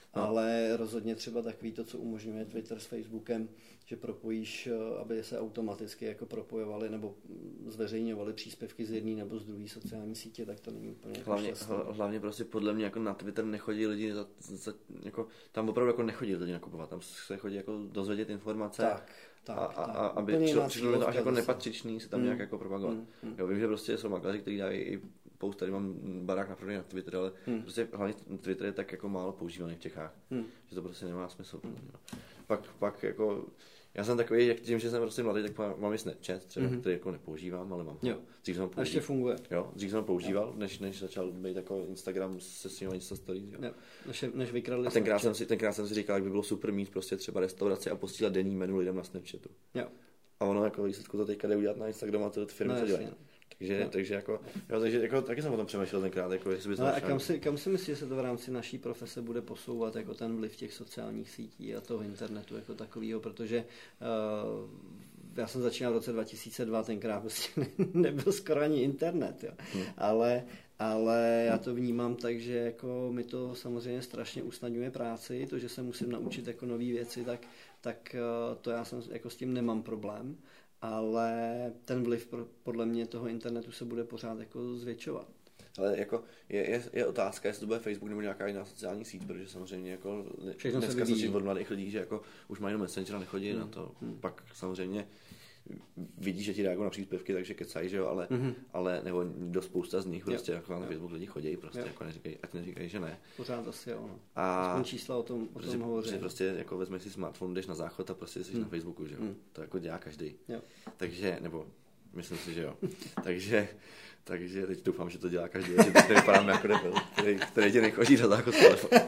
No. Ale rozhodně třeba takový to, co umožňuje Twitter s Facebookem, že propojíš, aby se automaticky jako propojovali nebo zveřejňovali příspěvky z jedné nebo z druhé sociální sítě, tak to není úplně hlavně, šťastné. Hlavně prostě podle mě jako na Twitter nechodí lidi, za, za, jako, tam opravdu jako nechodí lidi nakupovat, tam se chodí jako dozvědět informace. Tak. Tak, a, tak. a aby přišlo to až jako nepatřičný se tam mm. nějak jako propagovat. Mm. Mm. Jo, vím, že prostě jsou makléři, kteří dají i post, tady mám barák na prodej na Twitter, ale mm. prostě hlavně Twitter je tak jako málo používaný v Čechách, mm. že to prostě nemá smysl. Mm. Pak, pak jako, já jsem takový, jak tím, že jsem prostě mladý, tak mám, mám i Snapchat, třeba, mm. který jako nepoužívám, ale mám. Jo. Dřív jsem a ještě funguje. Jo, dřív jsem používal, než, než začal být jako Instagram se svýma Insta Stories. Jo. Jo. Než, než vykradli a tenkrát jsem, si, tenkrát jsem si říkal, jak by bylo super mít prostě třeba restauraci a posílat denní menu lidem na Snapchatu. Jo. A ono jako výsledku to teďka jde udělat na Instagramu a ty firmy no, to dělají. Takže, no. takže jako, jo, takže jako, taky jsem o tom přemýšlel tenkrát. Jako, jestli by to ale a kam si, kam si myslíš, že se to v rámci naší profese bude posouvat jako ten vliv těch sociálních sítí a toho internetu jako takového, protože uh, já jsem začínal v roce dva tisíce dva, tenkrát prostě nebyl skoro ani internet, jo. Hmm. ale ale já to vnímám tak, že jako mi to samozřejmě strašně usnadňuje práci, to, že se musím naučit jako nové věci, tak, tak to já jsem, jako s tím nemám problém, ale ten vliv podle mě toho internetu se bude pořád jako zvětšovat. Ale jako je, je, je otázka, jestli to bude Facebook nebo nějaká jiná sociální síť, protože samozřejmě jako všechno dneska slyším od mladých lidí, že jako už mají jenom Messenger a nechodí hmm. na to. Hmm. Pak samozřejmě vidí, že ti reagují na příspěvky, takže kecají, že jo, ale, mm-hmm. ale nebo do spousta z nich prostě jo. jako na Facebook lidi chodí, prostě jo. jako neříkají, ať neříkají, že ne. Pořád asi jo, no. A aspoň čísla o tom, o prostě, tom hovoří. Prostě jako vezmeš si smartphone, jdeš na záchod a prostě jsi mm. na Facebooku, že jo. Mm. To jako dělá každý. Jo. Takže, nebo myslím si, že jo. takže, takže teď doufám, že to dělá každý, že teď nevypadám jako debil, který, který tě nechodí na záchod s telefonem.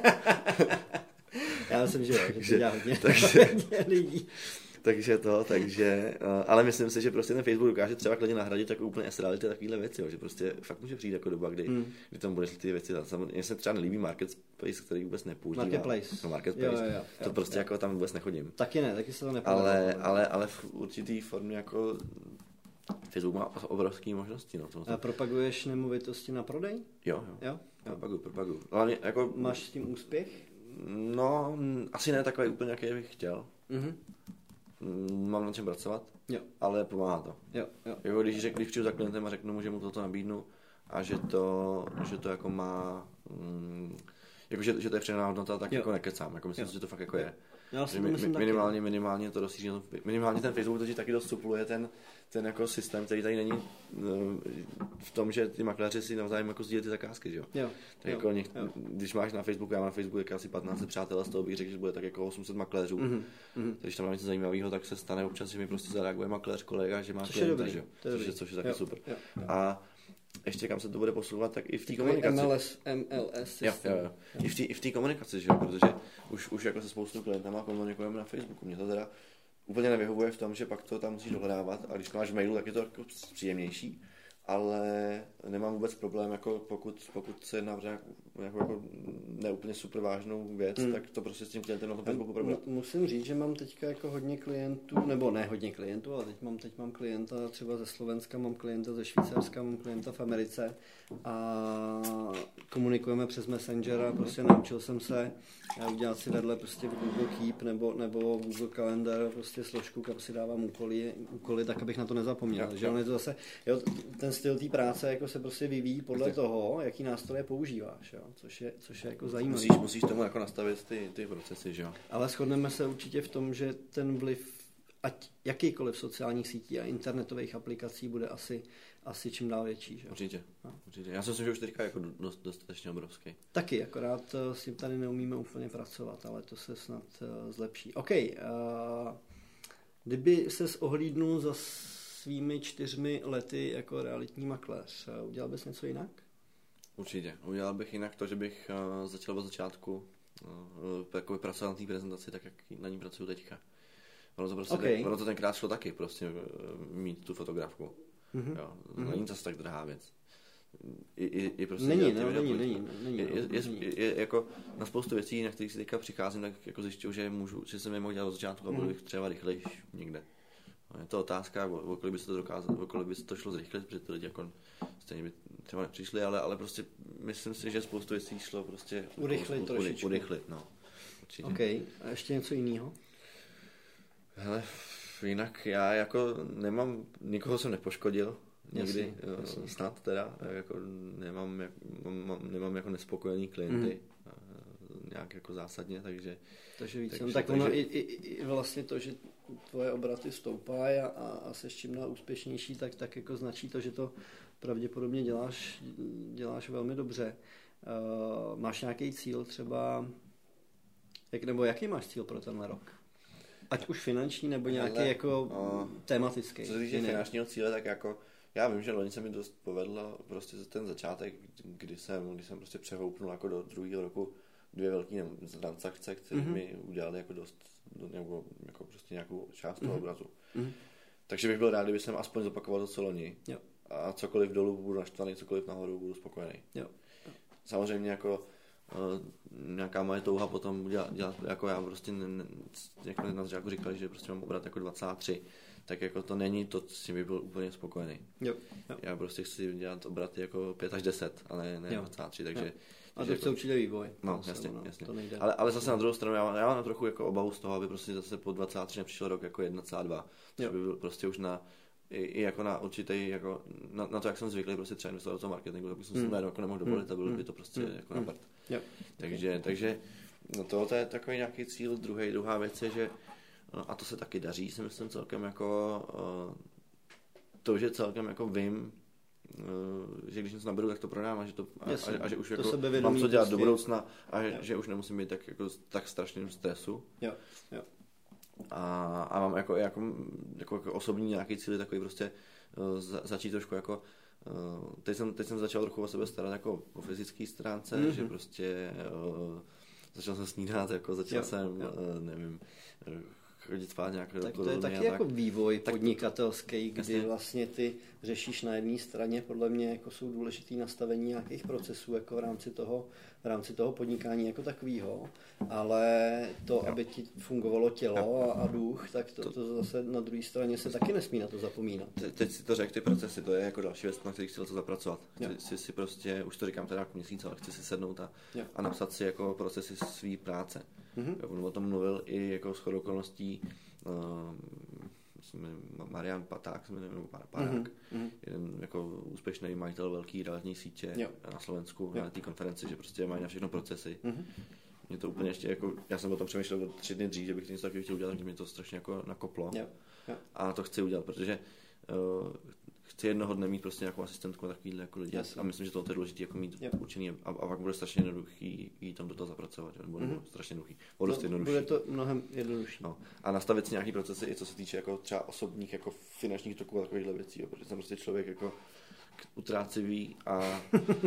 Já myslím, že jo, že to dělá hodně, takže, hodně lidí. Takže to, takže, ale myslím si, že prostě ten Facebook dokáže třeba klidně nahradit jako úplně esrality takovýhle věci, jo, že prostě fakt může přijít jako doba, kdy, hmm. kdy tam budeš ty věci, mně se třeba nelíbí Marketplace, který vůbec nepoužívám. Marketplace. No, Marketplace, jo, jo, jo, to jo, prostě jo. jako tam vůbec nechodím. Taky ne, taky se to nepoužívám. Ale, ale, ale v určitý formě jako Facebook má obrovský možnosti. No, a propaguješ nemovitosti na prodej? Jo, jo, jo? propaguju, propaguju. Hlavně, jako, máš s tím úspěch? No, asi ne takový úplně, jaký bych chtěl. Mhm. Mám na čem pracovat, jo. ale pomáhá to. Jo, jo. Jako když, řek, když přijdu za klientem a řeknu mu, že mu toto nabídnu a že to, že to jako má, mm, jako že, že to je přidaná hodnota, tak jo. jako nekecám. Jako myslím, jo. že to fakt jako je. Já si to mi, myslím minimálně, taky. minimálně to rozšíří, minimálně ten Facebook totiž taky dost supluje ten, ten jako systém, který tady není v tom, že ty makléři si navzájem jako sdílí ty zakázky, že jo? Jo. Tak jo. Jako něk, jo. Když máš na Facebooku, já mám na Facebooku jako asi patnáct přátel a z toho bych řekl, že bude tak jako osm set makléřů. Mm-hmm. Když tam mám něco zajímavého, tak se stane občas, že mi prostě zareaguje makléř kolega, že má klienta, že jo? Což je, což je taky jo. super. Jo. Jo. A ještě kam se to bude posouvat, tak i v té komunikaci. M L S, M L S jo, jo, jo. I v té i v té komunikaci, že jo, protože už, už jako se spoustu klientama komunikujeme na Facebooku. Mě to teda úplně nevyhovuje v tom, že pak to tam musíš dohledávat a když to máš v mailu, tak je to jako příjemnější, ale nemám vůbec problém, jako pokud, pokud se jedná nějakou jako, jako neúplně super vážnou věc, hmm. tak to prostě s tím klientem na tom Facebooku probrat. Musím říct, že mám teďka jako hodně klientů, nebo ne hodně klientů, ale teď mám, teď mám klienta třeba ze Slovenska, mám klienta ze Švýcarska, mám klienta v Americe a komunikujeme přes Messenger a prostě naučil jsem se udělat si vedle prostě v Google Keep nebo, nebo Google Calendar prostě složku, kam si dávám úkoly, úkoly tak, abych na to nezapomněl. Jo, že on je to zase, jo, ten styl té práce jako se prostě vyvíjí podle prostě toho, jaký nástroje používáš, jo, což je, což je jako zajímavé. Musíš, musíš tomu jako nastavit ty, ty procesy, že jo. Ale shodneme se určitě v tom, že ten vliv ať jakýkoliv sociálních sítí a internetových aplikací bude asi, asi čím dál větší. Že? Určitě, no. Určitě. Já si myslím, že už teďka jako dost, dostatečně obrovský. Taky, akorát s tím tady neumíme úplně pracovat, ale to se snad uh, zlepší. OK, uh, kdyby ses ohlídnul za svými čtyřmi lety jako realitní makléř, uh, udělal bys něco jinak? Určitě. Udělal bych jinak to, že bych uh, začal od začátku uh, jako pracovat na té prezentaci, tak jak na ní pracuju teďka. Ono to, prostě okay. ten, ono to tenkrát šlo taky, prostě mít tu fotografku. Mm-hmm. Jo, mm-hmm. Není to tak drahá věc. Je, je, je prostě není, no, není, není, není, je, je, je, je, je, jako na spoustu věcí, na kterých si teďka přicházím, tak jako zjišťuju, že můžu, že jsem je mohl dělat od začátku a byl bych třeba rychlejší někde. No, je to otázka, o kolik by se to dokázalo, o kolik by se to šlo zrychlit, protože ty lidi jako stejně by třeba nepřišli, ale, ale prostě myslím si, že spoustu věcí šlo prostě urychlit trošičku. Urychlit, no. určitě. OK, a ještě něco jiného? Hele, jinak já jako nemám, nikoho jsem nepoškodil, nikdy, jasně, jasně. Snad teda, jako nemám, jak, mám, nemám jako nespokojený klienty, mm. nějak jako zásadně, takže... Takže víc, takže, no, tak takže, ono i, i, i vlastně to, že tvoje obraty stoupají a, a seš čím dál úspěšnější, tak, tak jako značí to, že to pravděpodobně děláš, děláš velmi dobře. Uh, máš nějaký cíl třeba, jak, nebo jaký máš cíl pro tenhle rok? Ať už finanční, nebo nějaký ale, jako uh, tematický. Co se týče finančního cíle, tak jako já vím, že loni se mi dost povedlo prostě ten začátek, kdy jsem, kdy jsem prostě přehoupnul jako do druhého roku dvě velké transakce, které mm-hmm. mi udělali jako dost, nebo jako prostě nějakou část toho mm-hmm. obrazu. Mm-hmm. Takže bych byl rád, kdyby jsem aspoň zopakoval to, co loni. Jo. A cokoliv dolů budu naštvaný, cokoliv nahoru budu spokojený. Jo. Jo. Samozřejmě jako uh, nějaká moje touha potom dělat, dělat jako já prostě, ne, ne, jak na začátku říkali, že prostě mám obrat jako dvacet tři, tak jako to není to, s tím bych byl úplně spokojený. Jo. Jo. Já prostě chci dělat obraty jako pět až deset, ale ne dvacet tři, takže... Jo. A to chce určitě vývoj. No, jasně, no, jasně. Ale, ale zase na druhou stranu, já, já mám trochu jako obavu z toho, aby prostě zase po dvacet tři nepřišel rok jako jedna celá dva, což by byl prostě už na, i, i jako na určitý, jako na, na to, jak jsem zvyklý prostě třeba investovat do toho marketingu, tak bych jsem mm. si jako nemohl dovolit a bylo by to prostě mm. jako na prd. Mm. Takže, okay. takže no to je takový nějaký cíl. Druhý, druhá věc je, že, no, a to se taky daří, si myslím celkem jako, uh, to, že celkem jako vím, že když něco naberu, tak to prodám a že, to, a, a, a že už jako mám co dělat do budoucna a že, že už nemusím být tak, jako, tak strašným stresu. Jo. Jo. A, a mám jako, jako, jako, jako osobní nějaký cíl takový prostě uh, za, začít trošku jako uh, teď, jsem, teď jsem začal trochu o sebe starat jako po fyzické stránce, mm-hmm. že prostě uh, začal jsem snídat, jako začal jo. jsem, jo. Uh, nevím, uh, chodit spát nějak. Tak to je taky tak. Jako vývoj tak podnikatelský, kdy jasně. Vlastně ty řešíš na jedné straně, podle mě jako jsou důležitý nastavení nějakých procesů jako v rámci toho, v rámci toho podnikání jako takového, ale to, jo. aby ti fungovalo tělo a, a duch, tak to, to zase na druhé straně se taky nesmí na to zapomínat. Te, teď si to řekl, ty procesy, to je jako další věc, na kterých chci to zapracovat. Chci, chci si prostě, už to říkám teda jako měsíc, ale chci si sednout a, a napsat si jako procesy své práce. Mm-hmm. On o tom mluvil i jako shodou okolností uh, Marian Paták, nebo Parák, mm-hmm. jeden jako úspěšný majitel velký realitní sítě jo. na Slovensku, jo. na té konferenci, že prostě mají na všechno procesy. Mm-hmm. Mě to úplně ještě jako, já jsem o tom přemýšlel tři dny dřív, že bych něco takového chtěl udělat, takže mě to strašně jako nakoplo. Jo. Jo. A to chci udělat, protože uh, chci jednoho dne mít prostě nějakou asistentku a takovýhle jako lidi. Jasně. A myslím, že to je důležité jako mít yep. určený a, a pak bude strašně jednoduchý jí tam do toho zapracovat. Nebo mm-hmm. strašně jednoduchý. Bude, to, bude to mnohem jednodušší. No. A nastavit si nějaký procesy, i co se týče jako třeba osobních jako finančních toků a takovýchhle věcí. Jo, protože jsem prostě člověk jako utrácivý a,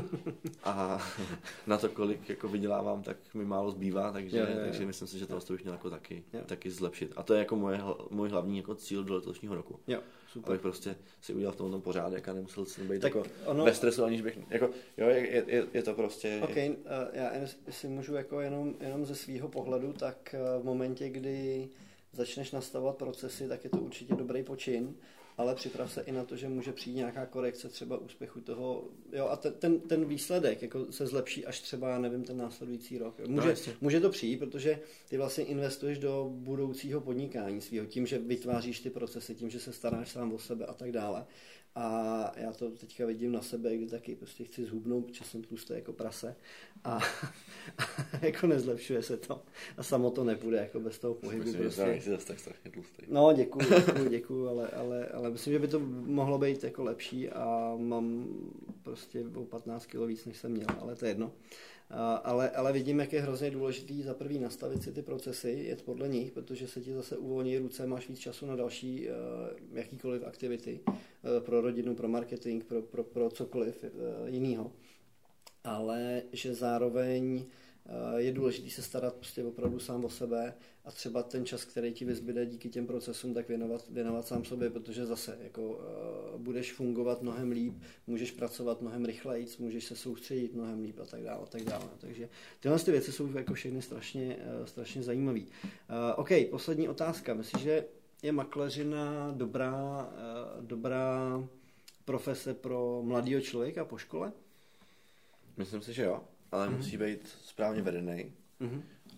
a na to, kolik jako vydělávám, tak mi málo zbývá, takže, jo, jo, jo. takže myslím si, že to bych měl jako taky, taky zlepšit. A to je jako moje, můj hlavní jako cíl do letošního roku. Jo, super. Abych prostě si udělal v tom pořádek a nemusel si být tak jako ono... ve stresu, aniž bych, jako, jo, je, je, je to prostě... Ok, uh, já si můžu jako jenom, jenom ze svýho pohledu, tak uh, v momentě, kdy začneš nastavovat procesy, tak je to určitě dobrý počin, ale připrav se i na to, že může přijít nějaká korekce třeba úspěchu toho, jo, a ten, ten, ten výsledek jako se zlepší až třeba, nevím, ten následující rok. Může, no, může to přijít, protože ty vlastně investuješ do budoucího podnikání svého, tím, že vytváříš ty procesy, tím, že se staráš sám o sebe a tak dále. A já to teďka vidím na sebe, kdy taky prostě chci zhubnout, protože jsem tlustý jako prase a, a jako nezlepšuje se to. A samo to nepůjde jako bez toho pohybu. Myslím, prostě. Že zase tak strašně tlustý. No, děkuju, děkuju, děkuju, ale, ale, ale myslím, že by to mohlo být jako lepší a mám prostě o patnáct kilo víc, než jsem měl, ale to je jedno. A, ale, ale vidím, jak je hrozně důležitý za prvý nastavit si ty procesy, jet podle nich, protože se ti zase uvolní ruce, máš víc času na další uh, jakýkoliv aktivity, uh, pro rodinu, pro marketing, pro, pro, pro cokoliv uh, jinýho. Ale že zároveň uh, je důležitý se starat prostě opravdu sám o sebe a třeba ten čas, který ti vyzbyde díky těm procesům, tak věnovat, věnovat sám sobě, protože zase jako, uh, budeš fungovat mnohem líp, můžeš pracovat mnohem rychleji, můžeš se soustředit mnohem líp a tak dále. A tak dále. Takže tyhle ty věci jsou jako všechny strašně, uh, strašně zajímavé. Uh, OK, poslední otázka. Myslíš, že je makléřina dobrá, uh, dobrá profese pro mladého člověka po škole? Myslím si, že jo, ale mm-hmm. musí být správně vedený. Mm-hmm.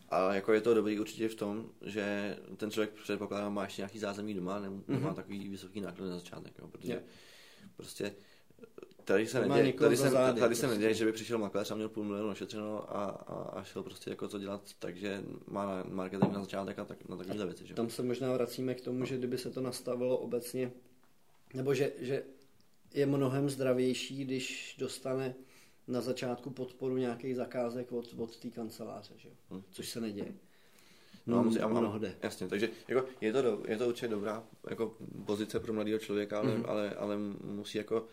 Ale jako je to dobrý určitě v tom, že ten člověk předpokládá, má ještě nějaký zázemí doma, nemá mm-hmm. takový vysoký náklad na začátek, jo, protože yeah. prostě tady se neděje, tady se, zády, tady se neděje, že by přišel makléř a měl půl milionu ošetřeno a, a, a šel prostě jako co dělat, takže má marketing na začátek a tak, na takovéhle věci. Že? Tam se možná vracíme k tomu, no. že kdyby se to nastavilo obecně, nebo že, že je mnohem zdravější, když dostane na začátku podporu nějakých zakázek od, od té kanceláře, že? Hmm. Což se neděje. No, musí, a mnohde. Jasně, takže jako je, to do, je to určitě dobrá jako pozice pro mladého člověka, ale, mm-hmm. ale, ale musí jako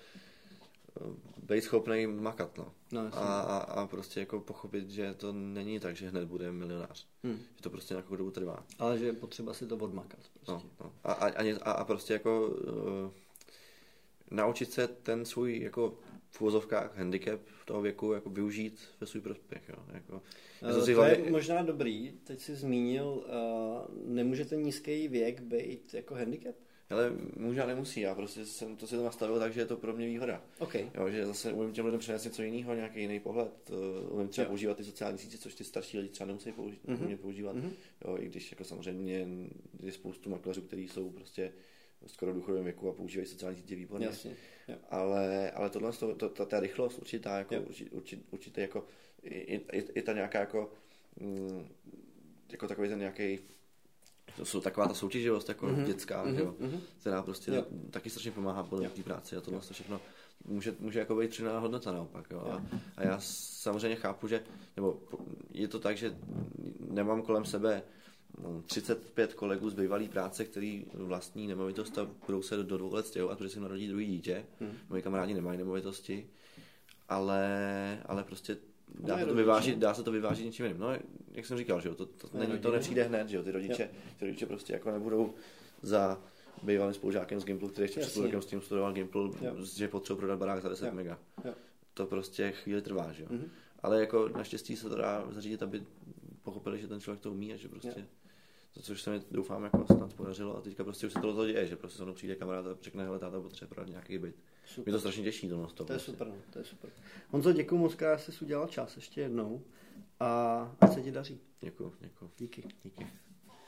být schopný makat, no. no a, a, a prostě jako pochopit, že to není tak, že hned bude milionář. Hmm. Že to prostě nějakou dobu trvá. Ale že je potřeba si to odmakat. Prostě. No, no. A, a, a, a prostě jako uh, naučit se ten svůj jako v uvozovkách handicap v toho věku jako využít ve svůj prospěch. Jo. Jako, uh, to hlavně... je možná dobrý, teď jsi zmínil, uh, nemůže ten nízký věk být jako handicap? Ale může a nemusí, já prostě jsem to si to nastavil tak, že je to pro mě výhoda. Okay. Jo, že zase umím těm lidem přinést něco jiného, nějaký jiný pohled, uh, umím třeba jo. používat ty sociální sítě, což ty starší lidi třeba nemusí použi- mm-hmm. používat, mm-hmm. jo, i když jako samozřejmě je spoustu makléřů, kteří jsou prostě skoro v důchodovém věku a používají sociální sítě výborně. Jasně. Ale, ale tohle, to, to, ta, ta rychlost určitá, jako, určitě, určitě jako, i, i, i ta nějaká jako, mm, jako takový ten nějaký. To jsou taková ta soutěživost jako mm-hmm. dětská, mm-hmm. jo, která prostě jo. taky strašně pomáhá po té práci a tohle to všechno může, může jako být přidaná hodnota naopak. Jo. A, a já samozřejmě chápu, že nebo je to tak, že nemám kolem sebe třicet pět kolegů z bývalé práce, který vlastní nemovitost a budou se do, do dvou let stěhovat, protože se narodí druhý dítě. Mm. Moji kamarádi nemají nemovitosti, ale, ale prostě Dá se, to vyvážit, dá se to vyvážit něčím jiným. No, jak jsem říkal, že jo, to, to, ne, není, to nepřijde hned, že jo, ty rodiče, ty rodiče prostě jako nebudou za bývalým spolužákem z Gimplu, který ještě před půl rokem s tím studoval Gimplu, že potřebuji prodat barák za deset mega. Jo. To prostě chvíli trvá, že jo. Mm-hmm. Ale jako naštěstí se to dá zařídit, aby pochopili, že ten člověk to umí a že prostě, jo. to, což se mi doufám jako snad podařilo a teďka prostě už se tohle děje, že prostě se mnou přijde kamarád a řekne, hele táta, potřebuje prodat nějaký byt. Super. Mě to strašně těší do To, to prostě. je super, no, to je super. Honzo, děkuju moc, že jsi udělal čas ještě jednou a ať se ti daří. Děkuju, děkuju. Díky. Díky.